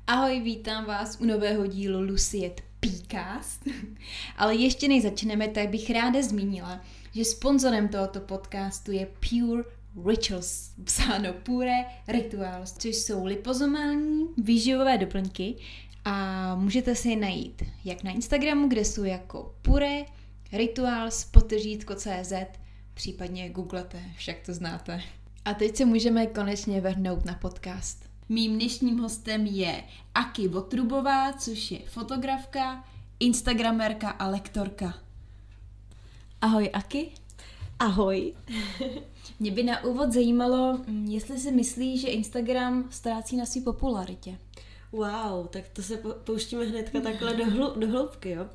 Ahoj, vítám vás u nového dílu Lucie Podcast. Ale ještě než začneme, tak bych ráda zmínila, že sponzorem tohoto podcastu je Pure Rituals, psáno Pure Rituals, což jsou lipozomální výživové doplňky a můžete si je najít jak na Instagramu, kde jsou jako Pure Rituals _CZ, případně googlete, však to znáte. A teď se můžeme konečně vrhnout na podcast. Mým dnešním hostem je Aki Votrubová, což je fotografka, instagramerka a lektorka. Ahoj Aki. Ahoj. Mě by na úvod zajímalo, jestli si myslíš, že Instagram ztrácí na své popularitě. Wow, tak to se pouštíme hnedka takhle do hloubky, jo.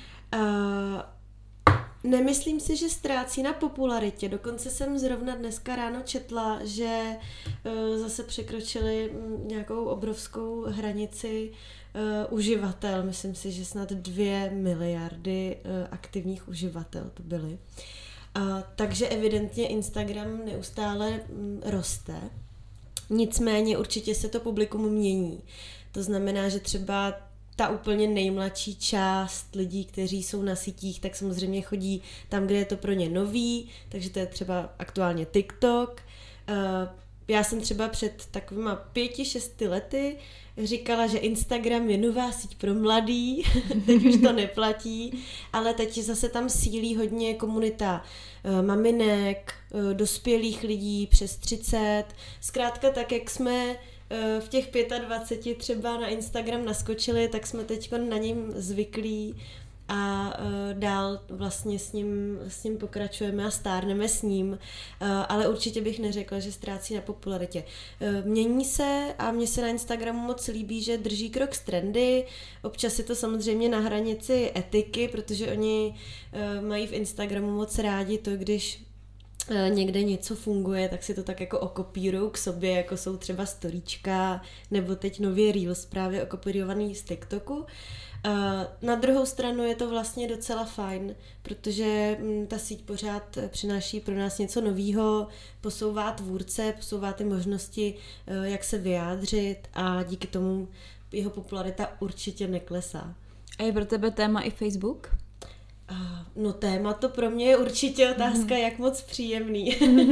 Nemyslím si, že ztrácí na popularitě. Dokonce jsem zrovna dneska ráno četla, že zase překročili nějakou obrovskou hranici uživatel. Myslím si, že snad 2 miliardy aktivních uživatel to byly. Takže evidentně Instagram neustále roste. Nicméně určitě se to publikum mění. To znamená, že třeba ta úplně nejmladší část lidí, kteří jsou na sítích, tak samozřejmě chodí tam, kde je to pro ně nový, takže to je třeba aktuálně TikTok. Já jsem třeba před takovýma 5-6 lety říkala, že Instagram je nová síť pro mladý, teď už to neplatí, ale teď zase tam sílí hodně komunita maminek, dospělých lidí přes 30. Zkrátka tak, jak jsme v těch 25 třeba na Instagram naskočili, tak jsme teď na něm zvyklí a dál vlastně s ním pokračujeme a stárneme s ním, ale určitě bych neřekla, že ztrácí na popularitě. Mění se a mně se na Instagramu moc líbí, že drží krok s trendy, občas je to samozřejmě na hranici etiky, protože oni mají v Instagramu moc rádi to, když někde něco funguje, tak si to tak jako okopírujou k sobě, jako jsou třeba storíčka, nebo teď nově Reels právě okopírovaný z TikToku. Na druhou stranu je to vlastně docela fajn, protože ta síť pořád přináší pro nás něco novýho, posouvá tvůrce, posouvá ty možnosti, jak se vyjádřit a díky tomu jeho popularita určitě neklesá. A je pro tebe téma i Facebook? No téma to pro mě je určitě otázka, jak moc příjemný.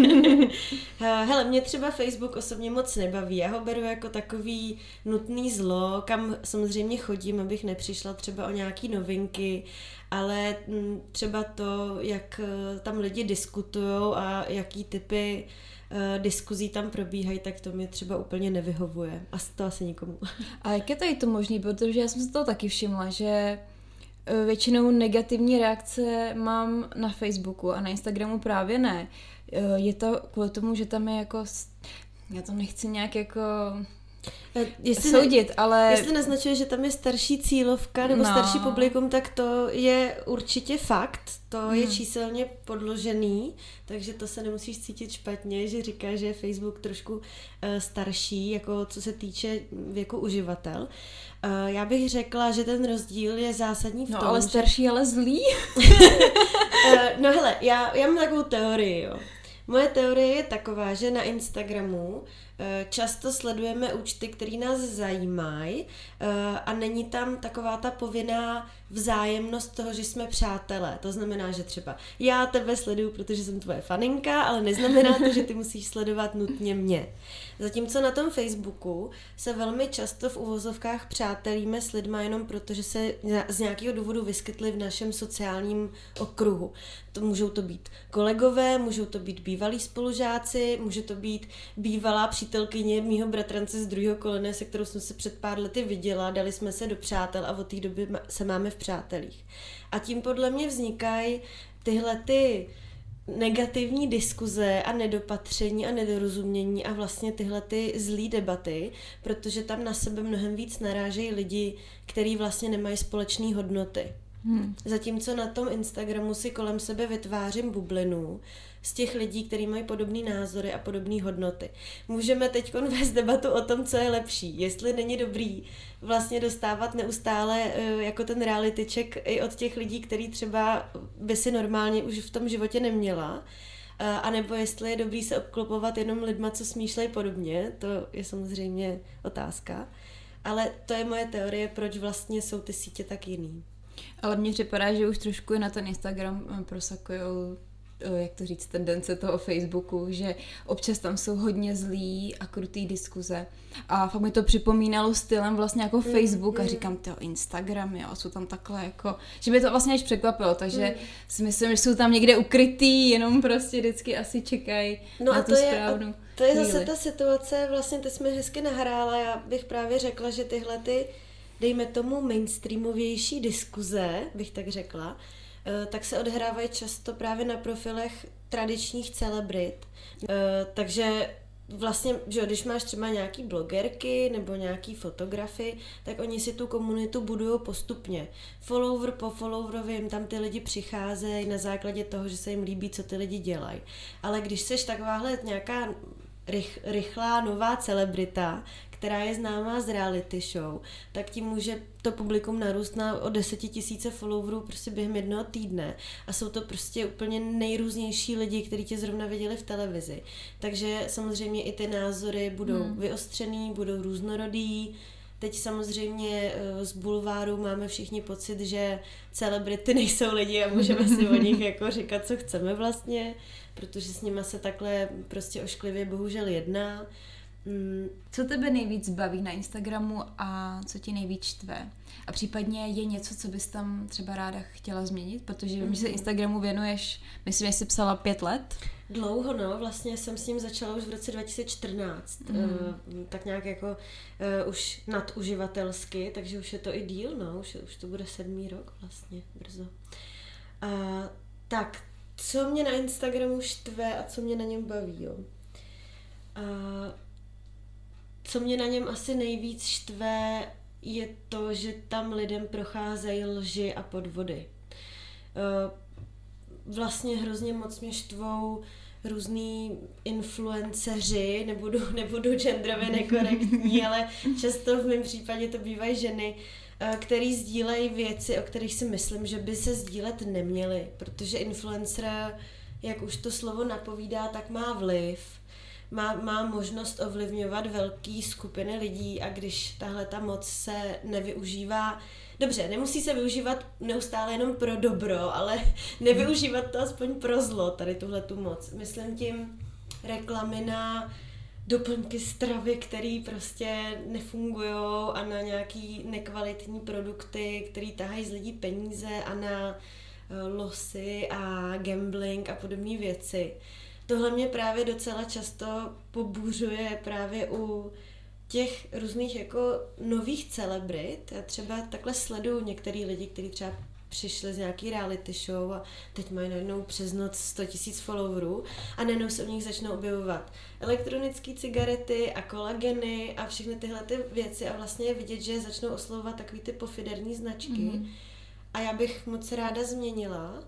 Hele, mě třeba Facebook osobně moc nebaví, já ho beru jako takový nutný zlo, kam samozřejmě chodím, abych nepřišla třeba o nějaký novinky, ale třeba to, jak tam lidi diskutujou a jaký typy diskuzí tam probíhají, tak to mě třeba úplně nevyhovuje. A to asi nikomu. A jak je tady to možný, protože já jsem si toho taky všimla, že většinou negativní reakce mám na Facebooku a na Instagramu právě ne. Je to kvůli tomu, že tam je jako, já to nechci nějak jako soudit, ale... Jestli naznačuje, že tam je starší cílovka nebo starší publikum, tak to je určitě fakt. To je číselně podložený, takže to se nemusíš cítit špatně, že říká, že je Facebook trošku starší, jako co se týče věku uživatel. Já bych řekla, že ten rozdíl je zásadní v tom, ale starší, ale zlý. No hele, já mám takovou teorii, jo. Moje teorie je taková, že na Instagramu často sledujeme účty, které nás zajímají a není tam taková ta povinná vzájemnost toho, že jsme přátelé. To znamená, že třeba já tebe sleduju, protože jsem tvoje faninka, ale neznamená to, že ty musíš sledovat nutně mě. Zatímco na tom Facebooku se velmi často v uvozovkách přátelíme s lidma jenom proto, že se z nějakého důvodu vyskytli v našem sociálním okruhu. Můžou to být kolegové, můžou to být bývalí spolužáci, může to být bývalá přítelkyně mýho bratrance z druhého kolene, se kterou jsem se před pár lety viděla, dali jsme se do přátel a od té doby se máme v přátelích. A tím podle mě vznikají tyhle ty negativní diskuze a nedopatření a nedorozumění a vlastně tyhle ty zlý debaty, protože tam na sebe mnohem víc narážejí lidi, kteří vlastně nemají společné hodnoty. Zatímco na tom Instagramu si kolem sebe vytvářím bublinu z těch lidí, kteří mají podobné názory a podobné hodnoty. Můžeme teď vést debatu o tom, co je lepší. Jestli není dobrý vlastně dostávat neustále jako ten reality check i od těch lidí, který třeba by si normálně už v tom životě neměla, a nebo jestli je dobrý se obklopovat jenom lidma, co smýšlejí podobně, to je samozřejmě otázka. Ale to je moje teorie, proč vlastně jsou ty sítě tak jiný. Ale mně připadá, že už trošku na ten Instagram prosakujou, jak to říct, tendence toho Facebooku, že občas tam jsou hodně zlý a krutý diskuze. A fakt mi to připomínalo stylem vlastně jako Facebook a říkám, to Instagram, jo, jsou tam takhle jako, že mě to vlastně až překvapilo, takže si myslím, že jsou tam někde ukrytý, jenom prostě vždycky asi čekají na tu správnou. To je zase ta situace, vlastně ty jsi mi hezky nahrála, já bych právě řekla, že tyhle ty, dejme tomu mainstreamovější diskuze, bych tak řekla, tak se odehrávají často právě na profilech tradičních celebrit. Takže vlastně, že když máš třeba nějaký blogerky nebo nějaký fotografy, tak oni si tu komunitu budují postupně. Follower po followerovi jim tam ty lidi přicházejí na základě toho, že se jim líbí, co ty lidi dělají. Ale když seš takováhle nějaká rychlá nová celebrita, která je známá z reality show, tak tím může to publikum narůst o 10 000 followerů prostě během jednoho týdne. A jsou to prostě úplně nejrůznější lidi, kteří tě zrovna viděli v televizi. Takže samozřejmě i ty názory budou vyostřený, budou různorodý. Teď samozřejmě z bulváru máme všichni pocit, že celebrity nejsou lidi a můžeme si o nich jako říkat, co chceme vlastně, protože s nima se takhle prostě ošklivě bohužel jedná. Co tebe nejvíc baví na Instagramu a co ti nejvíc štve? A případně je něco, co bys tam třeba ráda chtěla změnit? Protože vím, že se Instagramu věnuješ, myslím, že jsi psala 5 let? Dlouho, no. Vlastně jsem s ním začala už v roce 2014. Tak nějak jako už naduživatelsky, takže už je to i díl, no. Už to bude 7. rok vlastně, brzo. Tak, co mě na Instagramu štve a co mě na něm baví, jo? Co mě na něm asi nejvíc štve, je to, že tam lidem procházejí lži a podvody. Vlastně hrozně moc mě štvou různý influenceři, nebudu genderově nekorektní, ale často v mém případě to bývají ženy, který sdílejí věci, o kterých si myslím, že by se sdílet neměly, protože influencer, jak už to slovo napovídá, tak má vliv. Má možnost ovlivňovat velké skupiny lidí a když tahle ta moc se nevyužívá, dobře, nemusí se využívat neustále jenom pro dobro, ale nevyužívat to aspoň pro zlo, tady tuhle tu moc. Myslím tím reklamy na doplňky stravy, které prostě nefungujou a na nějaký nekvalitní produkty, které tahají z lidí peníze a na losy a gambling a podobné věci. Tohle mě právě docela často pobuřuje právě u těch různých jako nových celebrit. Já třeba takhle sleduju některý lidi, kteří třeba přišli z nějaký reality show a teď mají najednou přes noc 100 000 followerů a najednou se u nich začnou objevovat elektronické cigarety a kolageny a všechny tyhle ty věci a vlastně je vidět, že začnou oslovovat takový ty pofiderní značky. A já bych moc ráda změnila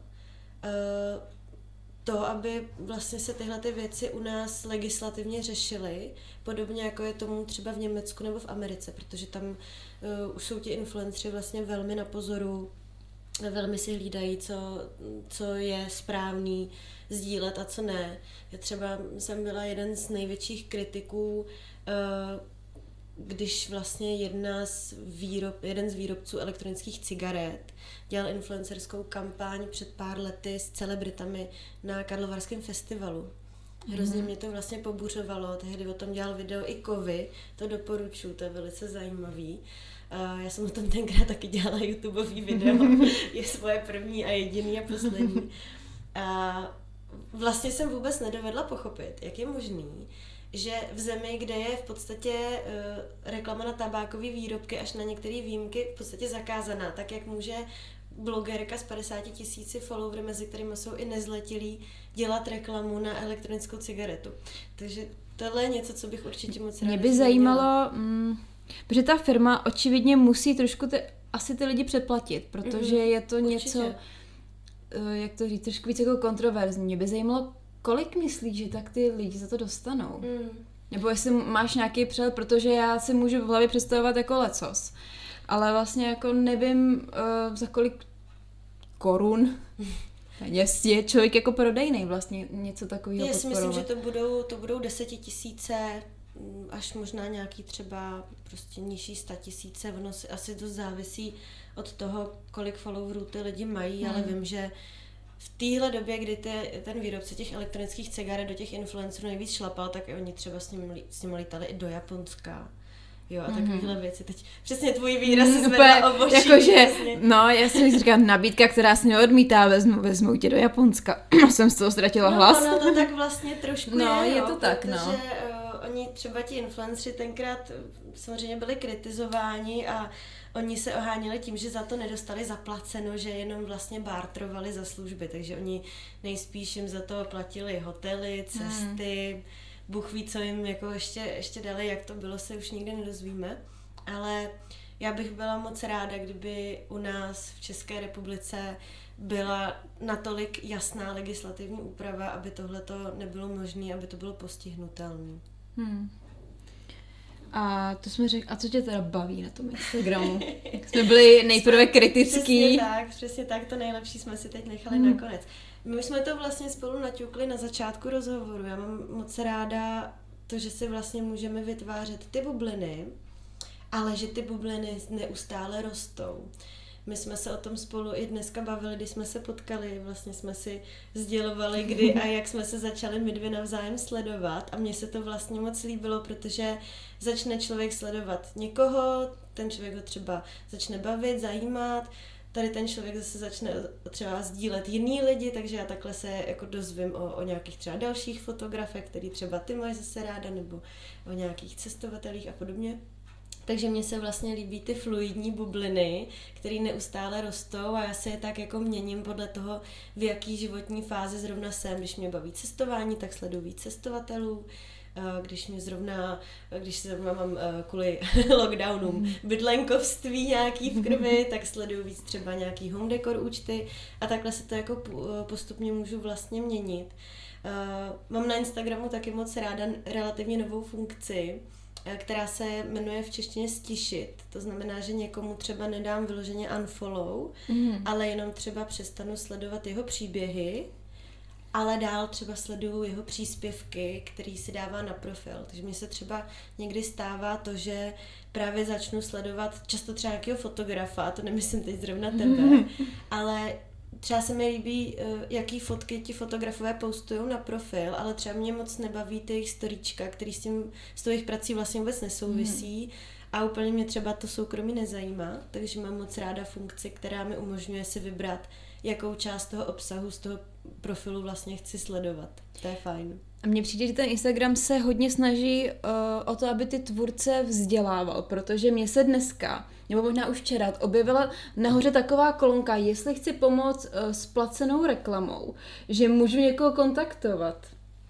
to, aby vlastně se tyhle ty věci u nás legislativně řešily, podobně jako je tomu třeba v Německu nebo v Americe, protože tam už jsou ti influenceri vlastně velmi na pozoru, velmi si hlídají, co je správný sdílet a co ne. Já třeba jsem byla jeden z největších kritiků, když vlastně jeden z výrobců elektronických cigaret dělal influencerskou kampaň před pár lety s celebritami na Karlovarském festivalu. Hrozně mě to vlastně pobuřovalo, tehdy o tom dělal video i Kovy, to doporučuji, to je velice zajímavý. Já jsem o tom tenkrát taky dělala YouTubeový video, je svoje první a jediný a poslední. Vlastně jsem vůbec nedovedla pochopit, jak je možný, že v zemi, kde je v podstatě reklama na tabákové výrobky až na některé výjimky v podstatě zakázaná, tak jak může blogerka s 50 000 followery, mezi kterými jsou i nezletilí, dělat reklamu na elektronickou cigaretu. Takže tohle je něco, co bych určitě moc ráda. Mě by zajímalo, protože ta firma očividně musí trošku asi ty lidi předplatit, protože je to určitě něco, jak to říct, trošku víc jako kontroverzní. Mě by zajímalo, kolik myslíš, že tak ty lidi za to dostanou? Nebo jestli máš nějaký přehled, protože já si můžu v hlavě představovat jako lecos. Ale vlastně jako nevím, za kolik korun peněz je člověk jako prodejnej vlastně něco takového podporovat. Já si myslím, že to budou 10 000 až možná nějaký třeba prostě nižší 100 000, ono asi to závisí od toho, kolik followerů ty lidi mají, ale vím, že v téhle době, kdy ten výrobce těch elektronických cigaret do těch influencerů nejvíc šlapal, tak i oni třeba s nimi lítali i do Japonska. Jo, a takovýhle věci. Teď přesně tvůj výraz se zvedá obočí. Jakože, no, já jsem říkala, nabídka, která se neodmítá, vezmu tě do Japonska. Jsem z toho ztratila hlas. No, to tak vlastně trošku je to tak, protože oni třeba ti influenceri tenkrát samozřejmě byli kritizováni a oni se oháněli tím, že za to nedostali zaplaceno, že jenom vlastně bartrovali za služby, takže oni nejspíš jim za to platili hotely, cesty, Bůh ví, co jim jako ještě dali, jak to bylo, se už nikdy nedozvíme, ale já bych byla moc ráda, kdyby u nás v České republice byla natolik jasná legislativní úprava, aby tohleto nebylo možné, aby to bylo postihnutelné. A to jsme řekli, a co tě teda baví na tom Instagramu? Jsme byli nejprve kritický. Přesně tak, to nejlepší jsme si teď nechali nakonec. My jsme to vlastně spolu naťukli na začátku rozhovoru. Já mám moc ráda to, že si vlastně můžeme vytvářet ty bubliny, ale že ty bubliny neustále rostou. My jsme se o tom spolu i dneska bavili, když jsme se potkali, vlastně jsme si sdělovali, kdy a jak jsme se začali my dvě navzájem sledovat a mně se to vlastně moc líbilo, protože začne člověk sledovat někoho, ten člověk ho třeba začne bavit, zajímat, tady ten člověk zase začne třeba sdílet jiný lidi, takže já takhle se jako dozvím o nějakých třeba dalších fotografech, který třeba ty máš zase ráda, nebo o nějakých cestovatelích a podobně. Takže mně se vlastně líbí ty fluidní bubliny, které neustále rostou a já se je tak jako měním podle toho, v jaký životní fázi zrovna jsem. Když mě baví cestování, tak sleduju víc cestovatelů. Když se zrovna mám kvůli lockdownům bydlenkovství nějaký v krvi, tak sleduju víc třeba nějaký home decor účty a takhle se to jako postupně můžu vlastně měnit. Mám na Instagramu taky moc ráda relativně novou funkci, která se jmenuje v češtině stišit. To znamená, že někomu třeba nedám vyloženě unfollow, ale jenom třeba přestanu sledovat jeho příběhy, ale dál třeba sleduju jeho příspěvky, který si dává na profil. Takže mně se třeba někdy stává to, že právě začnu sledovat často třeba nějakého fotografa, to nemyslím teď zrovna tebe, ale třeba se mi líbí, jaký fotky ti fotografové postují na profil, ale třeba mě moc nebaví ty jejich storíčka, který s tou jejich prací vlastně vůbec nesouvisí a úplně mě třeba to soukromí nezajímá, takže mám moc ráda funkci, která mi umožňuje si vybrat, jakou část toho obsahu z toho profilu vlastně chci sledovat. To je fajn. A mně přijde, že ten Instagram se hodně snaží o to, aby ty tvůrce vzdělával, protože mě se dneska, nebo možná už včera, objevila nahoře taková kolonka, jestli chci pomoct s placenou reklamou, že můžu někoho kontaktovat.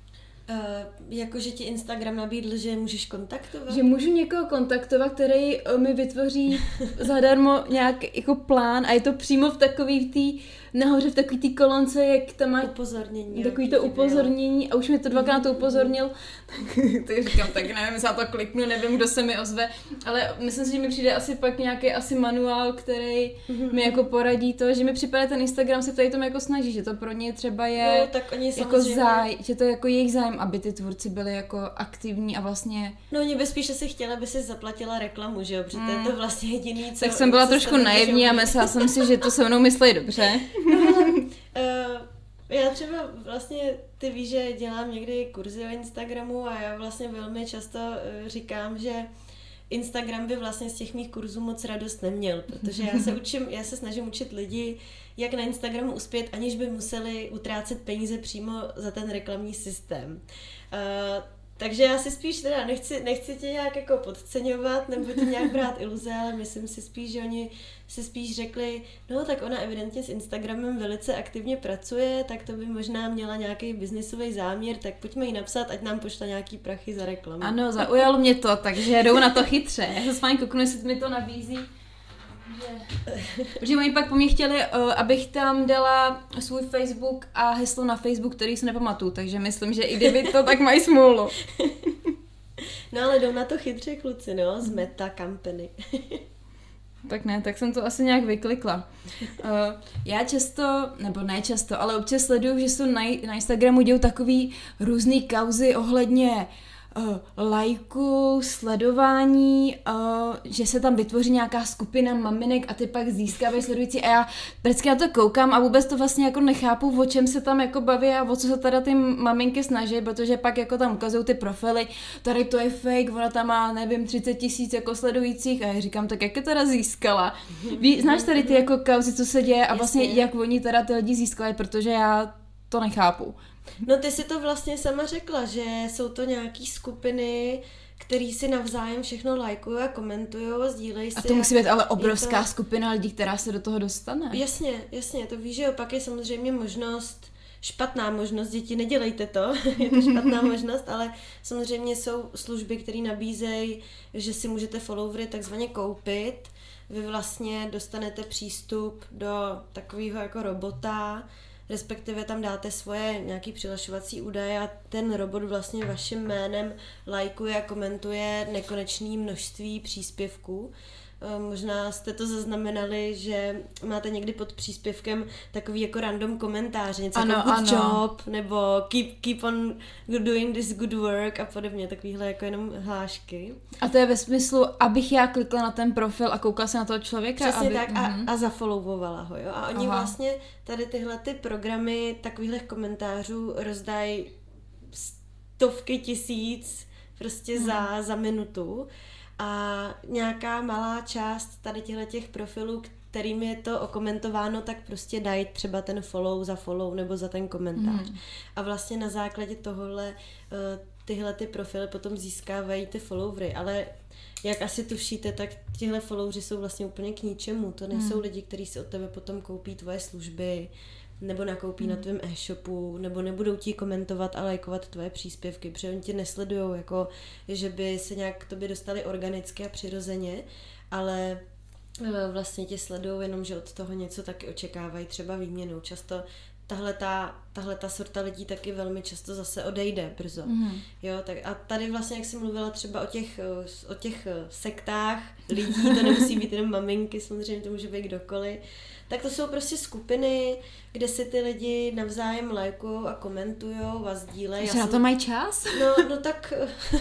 Jakože ti Instagram nabídl, že můžeš kontaktovat? Že můžu někoho kontaktovat, který mi vytvoří zadarmo nějak jako plán a je to přímo v takový nahoře v takový té kolonce, jak tam má upozornění. Takový to upozornění a už mi to dvakrát to upozornil, tak říkám, tak nevím, jestli já to kliknu, nevím, kdo se mi ozve, ale myslím si, že mi přijde asi pak nějaký manuál, který mi jako poradí to, že mi připadá ten Instagram se v tady tom jako snaží, že to pro ně třeba je no, tak oni jako že to je jako jejich zájem, aby ty tvůrci byli jako aktivní a vlastně... No oni by spíš asi chtěla, aby si zaplatila reklamu, že jo, protože to je to vlastně jediný, co... Tak jsem byla trošku naivní a myslela jsem si, že to se mnou myslí dobře. Já třeba vlastně, ty víš, že dělám někdy kurzy o Instagramu a já vlastně velmi často říkám, že Instagram by vlastně z těch mých kurzů moc radost neměl, protože já se snažím učit lidi, jak na Instagramu uspět, aniž by museli utrácet peníze přímo za ten reklamní systém. Takže já si spíš teda nechci tě nějak jako podceňovat nebo ti nějak brát iluze, ale myslím si spíš, že oni si spíš řekli, no tak ona evidentně s Instagramem velice aktivně pracuje, tak to by možná měla nějaký biznisový záměr, tak pojďme jí napsat, ať nám pošle nějaký prachy za reklamu. Ano, zaujalo mě to, takže jdou na to chytře. Já se s vámi kouknu, jestli mi to nabízí. Protože oni pak po mně chtěli, abych tam dala svůj Facebook a heslo na Facebook, který si nepamatuju, takže myslím, že i kdyby to, tak mají smůlu. No ale jdou na to chytře kluci, no, z Meta Company. Tak ne, tak jsem to asi nějak vyklikla. Já často, nebo ne často, ale občas sleduju, že jsou na Instagramu dějou takový různý kauzy ohledně lajku, sledování, že se tam vytvoří nějaká skupina maminek a ty pak získávají sledující a já vždycky na to koukám a vůbec to vlastně jako nechápu, o čem se tam jako baví a o co se teda ty maminky snaží, protože pak jako tam ukazují ty profily, tady to je fake, ona tam má, nevím, 30 000 jako sledujících a já říkám, tak jak je teda získala? Znáš tady ty jako kauzy, co se děje a vlastně jak oni teda ty lidi získali, protože já to nechápu. No ty si to vlastně sama řekla, že jsou to nějaký skupiny, který si navzájem všechno lajkují a komentují a sdílejí si. A to musí být ale obrovská skupina lidí, která se do toho dostane. Jasně, to víš, že opak je samozřejmě špatná možnost, děti, nedělejte to, je to špatná možnost, ale samozřejmě jsou služby, které nabízejí, že si můžete followery takzvaně koupit. Vy vlastně dostanete přístup do takového jako robota, respektive tam dáte svoje nějaký přihlašovací údaje a ten robot vlastně vaším jménem lajkuje a komentuje nekonečné množství příspěvků. Možná jste to zaznamenali, že máte někdy pod příspěvkem takový jako random komentář, něco jako good job, nebo keep on doing this good work a podobně, takovýhle jako jenom hlášky. A to je ve smyslu, abych já klikla na ten profil a koukala se na toho člověka. Přesně tak a zafollowovala ho, jo. A oni vlastně tady tyhle ty programy takovýchhle komentářů rozdají stovky tisíc prostě za minutu. A nějaká malá část tady těch profilů, kterým je to okomentováno, tak prostě dají třeba ten follow za follow nebo za ten komentář. A vlastně na základě tohohle tyhle ty profily potom získávají ty followery, ale jak asi tušíte, tak tihle followři jsou vlastně úplně k ničemu. To nejsou lidi, kteří si od tebe potom koupí tvoje služby, nebo nakoupí na tvém e-shopu, nebo nebudou ti komentovat a lajkovat tvoje příspěvky, protože oni tě nesledujou, jako že by se nějak k tobě dostali organicky a přirozeně, ale vlastně tě sledují jenom, že od toho něco taky očekávají, třeba výměnou. Často tahle ta sorta lidí taky velmi často zase odejde brzo. Jo, tak a tady vlastně, jak jsem mluvila třeba o těch sektách lidí, to nemusí být jenom maminky, samozřejmě to může být kdokoliv, tak to jsou prostě skupiny, kde si ty lidi navzájem lajkujou a komentujou a sdílejí. Na to mají čas? No tak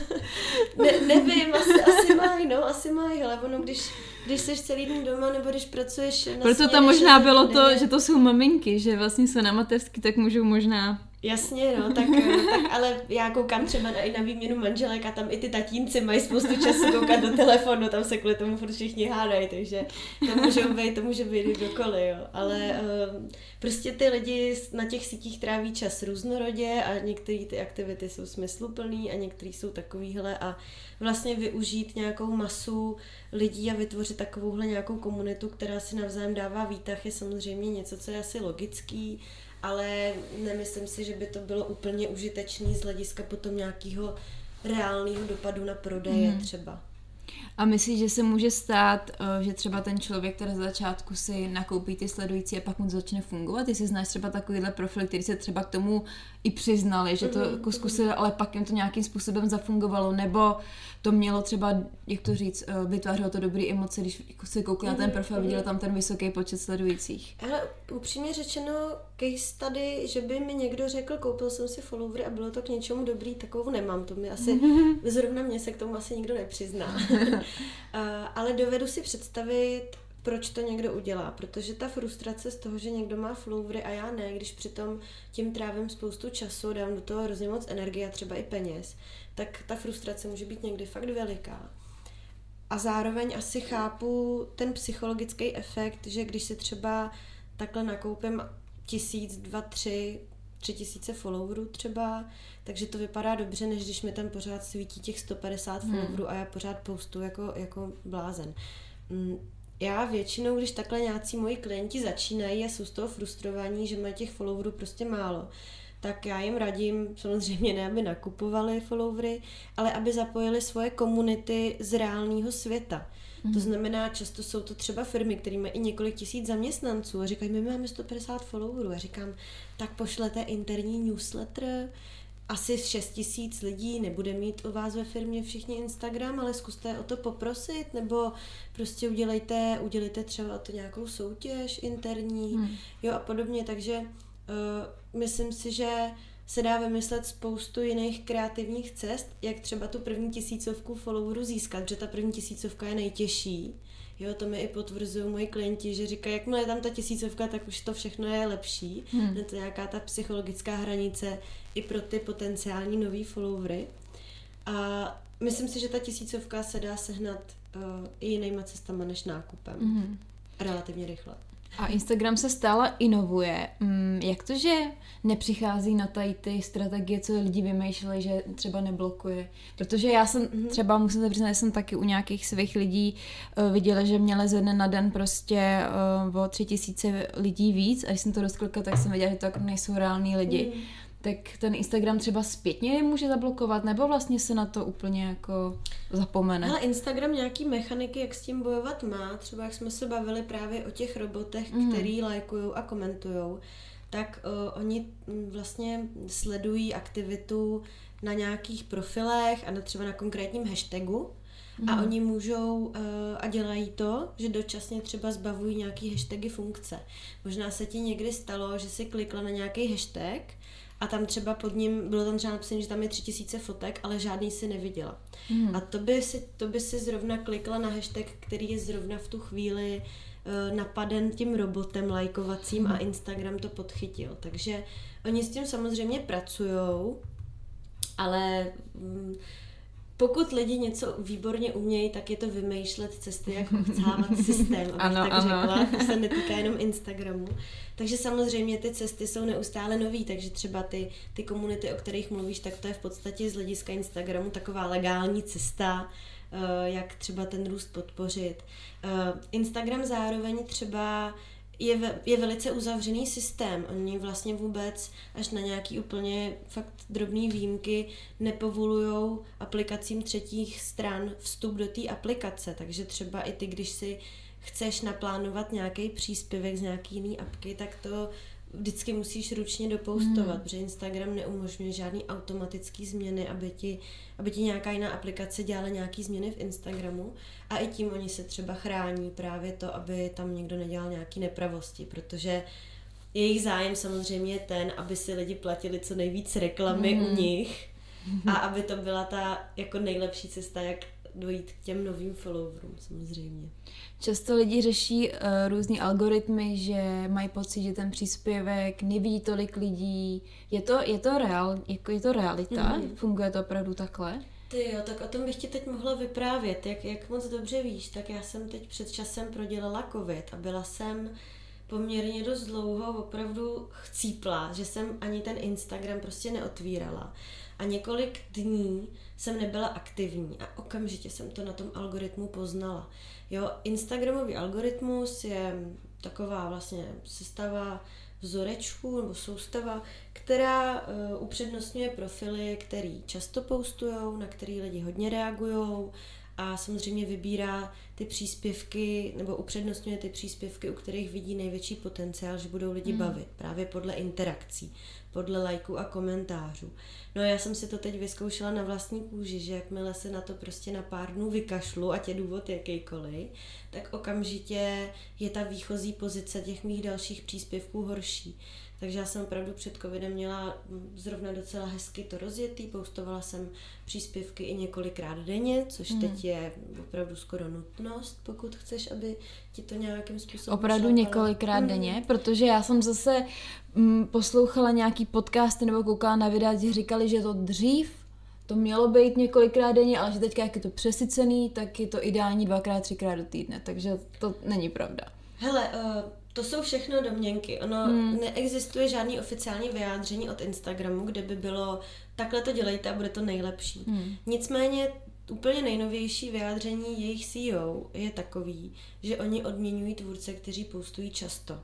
nevím, asi mají, hele, ono když jsi celý den doma, nebo když pracuješ na proto tam možná bylo to, že to jsou maminky, že vlastně jsou na mateřský, tak můžou možná... Jasně, no, tak ale já koukám třeba i na výměnu manželek a tam i ty tatínci mají spoustu času koukat do telefonu, tam se kvůli tomu furt všichni hádají, takže to může být kdokoliv, jo. Ale prostě ty lidi na těch sítích tráví čas různorodě a některé ty aktivity jsou smysluplný a některé jsou takovýhle a vlastně využít nějakou masu lidí a vytvořit takovouhle nějakou komunitu, která si navzájem dává výtah, je samozřejmě něco, co je asi logický, ale nemyslím si, že by to bylo úplně užitečný z hlediska potom nějakého reálného dopadu na prodeje třeba. A myslíš, že se může stát, že třeba ten člověk, který za začátku si nakoupí ty sledující a pak mu začne fungovat? Jestli znáš třeba takovýhle profil, který se třeba k tomu i přiznali, že to jako zkusili, ale pak jim to nějakým způsobem zafungovalo, nebo to mělo třeba, jak to říct, vytvářelo to dobrý emoce, když se koukli na ten profil, viděla tam ten vysoký počet sledujících. Ale upřímně řečeno, case tady, že by mi někdo řekl, koupil jsem si followery a bylo to k něčemu dobrý, takovou nemám, to mi asi, zrovna mě se k tomu asi nikdo nepřizná. Ale dovedu si představit, proč to někdo udělá, protože ta frustrace z toho, že někdo má followery a já ne, když přitom tím trávím spoustu času, dám do toho hrozně moc energie a třeba i peněz, tak ta frustrace může být někdy fakt veliká. A zároveň asi chápu ten psychologický efekt, že když si třeba takhle nakoupím 1000, 2, 3 000 followerů třeba, takže to vypadá dobře, než když mi tam pořád svítí těch 150 followerů a já pořád postuju jako blázen. Já většinou, když takhle nějací moji klienti začínají a jsou z toho frustrovaní, že mají těch followerů prostě málo, tak já jim radím, samozřejmě ne, aby nakupovali followery, ale aby zapojili svoje komunity z reálného světa. To znamená, často jsou to třeba firmy, které mají i několik tisíc zaměstnanců a říkají, my máme 150 followerů. A říkám, tak pošlete interní newsletter, asi 6 000 lidí nebude mít u vás ve firmě všichni Instagram, ale zkuste o to poprosit, nebo prostě udělejte třeba o to nějakou soutěž interní, jo a podobně, takže myslím si, že se dá vymyslet spoustu jiných kreativních cest, jak třeba tu první 1000 followerů získat, že ta první 1000 je nejtěžší. Jo, to mi i potvrzují moji klienti, že říkají, jakmile je tam ta 1000, tak už to všechno je lepší. Je to nějaká ta psychologická hranice i pro ty potenciální nový followery. A myslím si, že ta 1000 se dá sehnat i jinýma cestama než nákupem. Relativně rychle. A Instagram se stále inovuje. Jak to, že nepřichází na tady ty strategie, co lidi vymýšleli, že třeba neblokuje? Protože já jsem třeba, musím se přiznat, že jsem taky u nějakých svých lidí viděla, že měli ze dne na den prostě o 3000 lidí víc a když jsem to rozklikla, tak jsem viděla, že to jako nejsou reální lidi. Tak ten Instagram třeba zpětně je může zablokovat, nebo vlastně se na to úplně jako zapomene? Ale Instagram nějaký mechaniky, jak s tím bojovat má, třeba jak jsme se bavili právě o těch robotech, který lajkujou a komentujou, tak oni vlastně sledují aktivitu na nějakých profilech a třeba na konkrétním hashtagu a oni můžou a dělají to, že dočasně třeba zbavují nějaký hashtagy funkce. Možná se ti někdy stalo, že si klikla na nějaký hashtag a tam třeba pod ním, bylo tam třeba napsané, že tam je 3000 fotek, ale žádný si neviděla. A to by si zrovna klikla na hashtag, který je zrovna v tu chvíli napaden tím robotem lajkovacím a Instagram to podchytil. Takže oni s tím samozřejmě pracujou, ale pokud lidi něco výborně umějí, tak je to vymýšlet cesty, jak obchávat systém, abych řekla. To se netýká jenom Instagramu. Takže samozřejmě ty cesty jsou neustále nový, takže třeba ty komunity, o kterých mluvíš, tak to je v podstatě z hlediska Instagramu taková legální cesta, jak třeba ten růst podpořit. Instagram zároveň třeba je velice uzavřený systém. Oni vlastně vůbec až na nějaký úplně fakt drobný výjimky nepovolujou aplikacím třetích stran vstup do té aplikace. Takže třeba i ty, když si chceš naplánovat nějaký příspěvek z nějaký jiný apky, tak to vždycky musíš ručně dopostovat, protože Instagram neumožňuje žádný automatický změny, aby ti nějaká jiná aplikace dělala nějaký změny v Instagramu a i tím oni se třeba chrání právě to, aby tam někdo nedělal nějaký nepravosti, protože jejich zájem samozřejmě je ten, aby si lidi platili co nejvíc reklamy u nich a aby to byla ta jako nejlepší cesta, jak dojít k těm novým followerům samozřejmě. Často lidi řeší různý algoritmy, že mají pocit, že ten příspěvek nevidí tolik lidí. Je to realita? Funguje to opravdu takhle? Ty jo, tak o tom bych ti teď mohla vyprávět. Jak moc dobře víš, tak já jsem teď před časem prodělala covid a byla jsem poměrně dost dlouho opravdu chcípla, že jsem ani ten Instagram prostě neotvírala. A několik dní jsem nebyla aktivní a okamžitě jsem to na tom algoritmu poznala. Jo, Instagramový algoritmus je taková vlastně sestava vzorečků nebo soustava, která upřednostňuje profily, který často postujou, na který lidi hodně reagujou a samozřejmě vybírá ty příspěvky nebo upřednostňuje ty příspěvky, u kterých vidí největší potenciál, že budou lidi bavit, právě podle interakcí, podle lajků a komentářů. No a já jsem si to teď vyzkoušela na vlastní kůži, že jakmile se na to prostě na pár dnů vykašlu, ať je důvod jakýkoliv, tak okamžitě je ta výchozí pozice těch mých dalších příspěvků horší. Takže já jsem opravdu před covidem měla zrovna docela hezky to rozjetý, postovala jsem příspěvky i několikrát denně, což teď je opravdu skoro nutnost, pokud chceš, aby ti to nějakým způsobem opravdu několikrát denně, protože já jsem zase poslouchala nějaký podcasty nebo koukala na videa, kde říkali, že to dřív to mělo být několikrát denně, ale že teďka jak je to přesycený, tak je to ideální 2x, 3x do týdne, takže to není pravda. Hele, to jsou všechno domněnky. Ono neexistuje žádný oficiální vyjádření od Instagramu, kde by bylo takhle to dělejte a bude to nejlepší. Nicméně úplně nejnovější vyjádření jejich CEO je takový, že oni odměňují tvůrce, kteří postují často.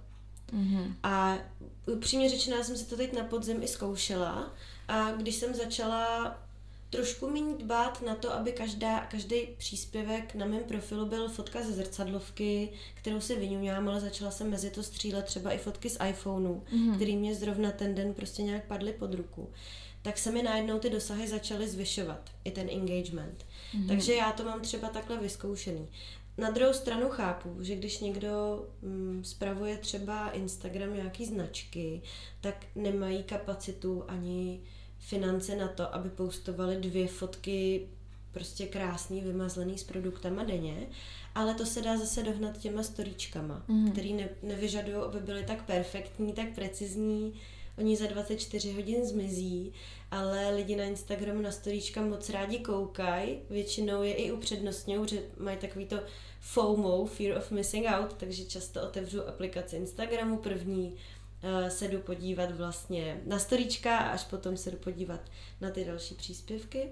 A upřímně řečeno, já jsem si to teď na podzim i zkoušela a když jsem začala trošku méně dbát na to, aby každý příspěvek na mém profilu byl fotka ze zrcadlovky, kterou si vyňuňám, ale začala jsem mezi to střílet třeba i fotky z iPhoneu, který mě zrovna ten den prostě nějak padly pod ruku. Tak se mi najednou ty dosahy začaly zvyšovat, i ten engagement. Takže já to mám třeba takhle vyzkoušený. Na druhou stranu chápu, že když někdo spravuje třeba Instagram nějaký značky, tak nemají kapacitu ani finance na to, aby postovali 2 fotky prostě krásný, vymazlený s produktama denně, ale to se dá zase dohnat těma storíčkama, který nevyžadují, aby byly tak perfektní, tak precizní. Oni za 24 hodin zmizí, ale lidi na Instagramu na storíčka moc rádi koukají, většinou je i upřednostňují, že mají takový to FOMO, Fear of Missing Out, takže často otevřu aplikaci Instagramu první, se jdu podívat vlastně na storíčka a až potom se jdu podívat na ty další příspěvky.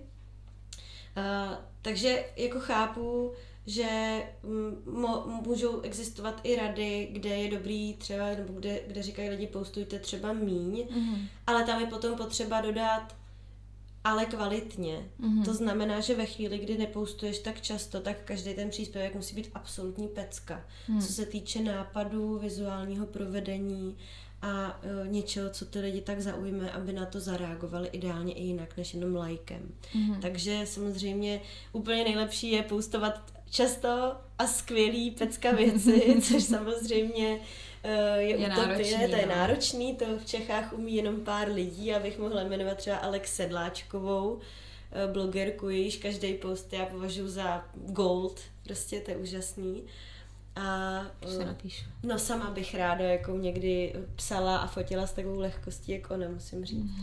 Takže jako chápu, že můžou existovat i rady, kde je dobrý třeba, nebo kde říkají lidi postujte třeba míň, ale tam je potom potřeba dodat ale kvalitně. To znamená, že ve chvíli, kdy nepostuješ tak často, tak každý ten příspěvek musí být absolutní pecka. Co se týče nápadů, vizuálního provedení a něčeho, co ty lidi tak zaujme, aby na to zareagovali ideálně i jinak, než jenom lajkem. Takže samozřejmě úplně nejlepší je postovat často a skvělý pecka věci, což samozřejmě je utopie, to je náročný, to v Čechách umí jenom pár lidí, abych mohla jmenovat třeba Alex Sedláčkovou, blogerku, jejíž každý post já považuji za gold, prostě to je úžasný. A no sama bych ráda jako někdy psala a fotila s takovou lehkostí, jak ona, musím říct.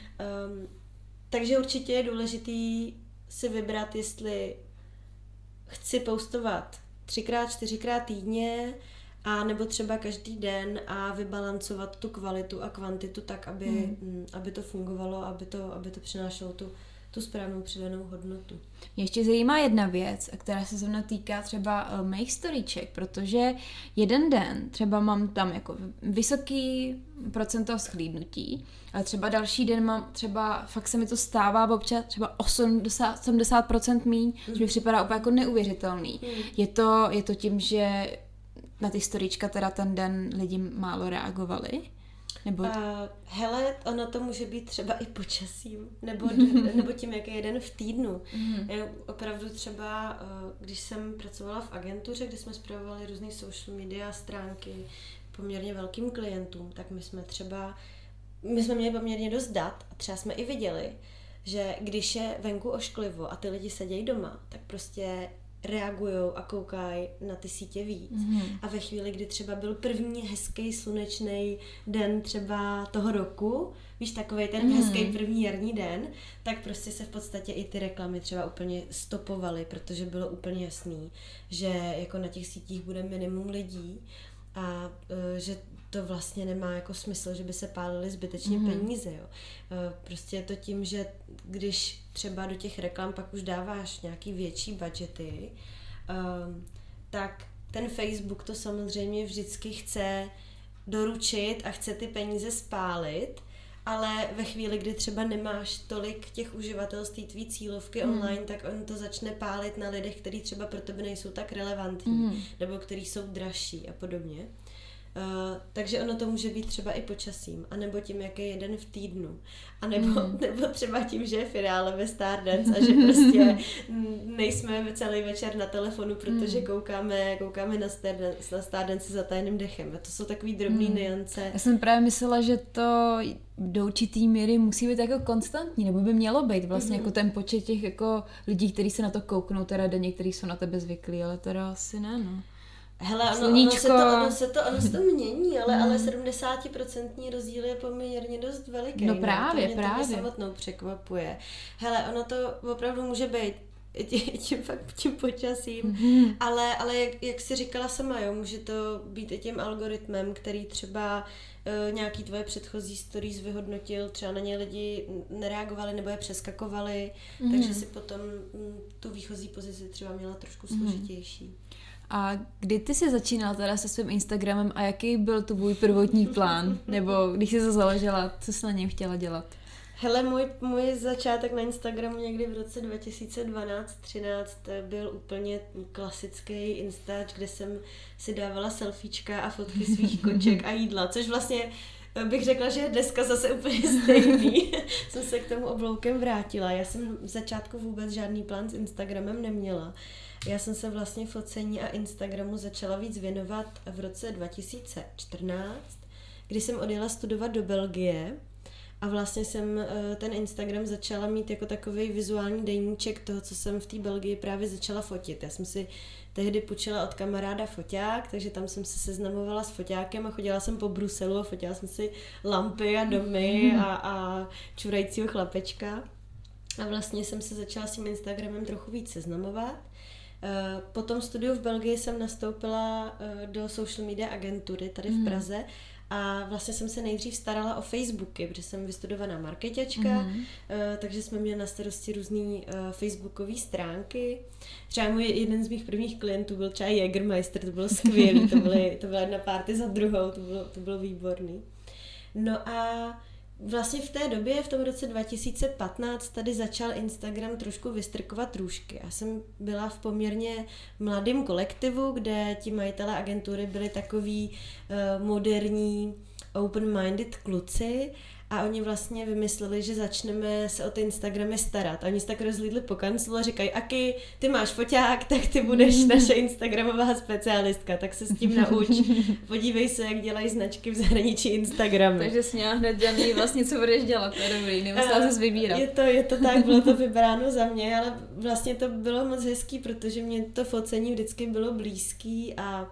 Takže určitě je důležitý si vybrat, jestli chci postovat 3x, 4x týdně, a nebo třeba každý den a vybalancovat tu kvalitu a kvantitu tak, aby to fungovalo, aby to přinášelo tu správnou přidanou hodnotu. Mě ještě zajímá jedna věc, která se zrovna týká třeba mých storíček, protože jeden den třeba mám tam jako vysoký procento shlídnutí, ale třeba další den mám třeba, fakt se mi to stává občas třeba 80% míň, což mi připadá úplně jako neuvěřitelný. Je to tím, že na ty storíčka teda ten den lidi málo reagovali? Nebo... Hele, ono to může být třeba i počasím, nebo tím, jak je jeden v týdnu. Opravdu třeba, když jsem pracovala v agentuře, kde jsme spravovali různý social media stránky poměrně velkým klientům, tak my jsme měli poměrně dost dat a třeba jsme i viděli, že když je venku ošklivo a ty lidi sedějí doma, tak prostě reagujou a koukají na ty sítě víc. A ve chvíli, kdy třeba byl první hezký slunečný den třeba toho roku, víš, takovej ten hezký první jarní den, tak prostě se v podstatě i ty reklamy třeba úplně stopovaly, protože bylo úplně jasný, že jako na těch sítích bude minimum lidí a že to vlastně nemá jako smysl, že by se pálily zbytečně peníze. Jo. Prostě je to tím, že když třeba do těch reklam pak už dáváš nějaký větší budgety, tak ten Facebook to samozřejmě vždycky chce doručit a chce ty peníze spálit, ale ve chvíli, kdy třeba nemáš tolik těch uživatelství tvý cílovky online, tak on to začne pálit na lidech, kteří třeba pro tebe nejsou tak relevantní, nebo kteří jsou dražší a podobně. Takže ono to může být třeba i počasím, anebo tím, jak je jeden v týdnu, anebo třeba tím, že je finále ve Stardance a že prostě nejsme celý večer na telefonu, protože koukáme na Stardance za tajným dechem. A to jsou takový drobný nuance. Já jsem právě myslela, že to do určitý míry musí být jako konstantní, nebo by mělo být vlastně jako ten počet těch jako lidí, kteří se na to kouknou, teda denně, kteří jsou na tebe zvyklí, ale teda asi ne, no. Hele, ono se to mění, ale 70% rozdíl je poměrně dost veliký. No právě. To mě samotnou překvapuje. Hele, ono to opravdu může být tím počasím, ale jak jsi říkala sama, jo, může to být i tím algoritmem, který třeba nějaký tvoje předchozí stories vyhodnotil, třeba na ně lidi nereagovali nebo je přeskakovali, takže si potom tu výchozí pozici třeba měla trošku složitější. A kdy ty jsi začínala teda se svým Instagramem a jaký byl tvůj prvotní plán? Nebo když jsi to založila, co jsi na něm chtěla dělat? Hele, můj začátek na Instagramu někdy v roce 2012-13 byl úplně klasický Instač, kde jsem si dávala selfiečka a fotky svých koček a jídla, což vlastně bych řekla, že dneska zase úplně stejný. Jsem se k tomu obloukem vrátila. Já jsem v začátku vůbec žádný plán s Instagramem neměla. Já jsem se vlastně focení a Instagramu začala víc věnovat v roce 2014, kdy jsem odjela studovat do Belgie a vlastně jsem ten Instagram začala mít jako takový vizuální deníček toho, co jsem v té Belgii právě začala fotit. Já jsem si tehdy půjčila od kamaráda foťák, takže tam jsem se seznamovala s foťákem a chodila jsem po Bruselu a fotila jsem si lampy a domy a čurajícího chlapečka. A vlastně jsem se začala s tím Instagramem trochu víc seznamovat. Po tom studiu v Belgii jsem nastoupila do social media agentury tady v Praze a vlastně jsem se nejdřív starala o Facebooky, protože jsem vystudovaná marketačka, takže jsme měli na starosti různý facebookové stránky. Třeba jeden z mých prvních klientů byl třeba Jägermeister, to bylo skvělý, to byla jedna party za druhou, to bylo výborný. No a vlastně v té době, v tom roce 2015, tady začal Instagram trošku vystrkovat růžky. Já jsem byla v poměrně mladém kolektivu, kde ti majitelé agentury byli takový moderní, open-minded kluci a oni vlastně vymysleli, že začneme se o ty Instagramy starat. A oni se tak rozlídli po kanclu a říkají, Aki, ty máš foťák, tak ty budeš naše instagramová specialistka, tak se s tím nauč. Podívej se, jak dělají značky v zahraničí Instagramy. Takže jsi měla hned daný vlastně, co budeš dělat, to je dobrý, nemusela se vybírat. Je to tak, bylo to vybráno za mě, ale vlastně to bylo moc hezký, protože mě to focení vždycky bylo blízký a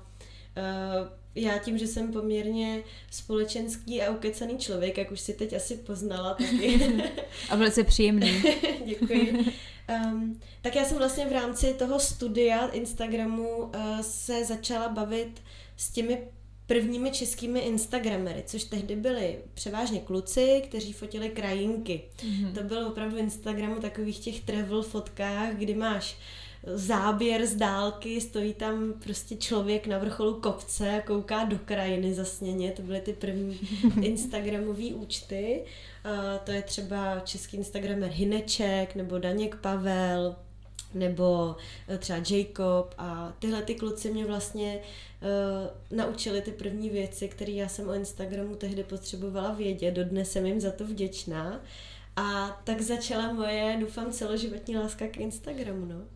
já tím, že jsem poměrně společenský a ukecaný člověk, jak už si teď asi poznala. Taky. A velice příjemný. Děkuji. Tak já jsem vlastně v rámci toho studia Instagramu se začala bavit s těmi prvními českými instagramery, což tehdy byli převážně kluci, kteří fotili krajinky. To bylo opravdu Instagramu takových těch travel fotkách, kdy máš záběr z dálky, stojí tam prostě člověk na vrcholu kopce a kouká do krajiny zasněně, to byly ty první instagramové účty. To je třeba český instagramer Hineček, nebo Daněk Pavel, nebo třeba Jacob a tyhle ty kluci mě vlastně naučili ty první věci, které já jsem o Instagramu tehdy potřebovala vědět, dodnes jsem jim za to vděčná a tak začala moje, doufám, celoživotní láska k Instagramu, no.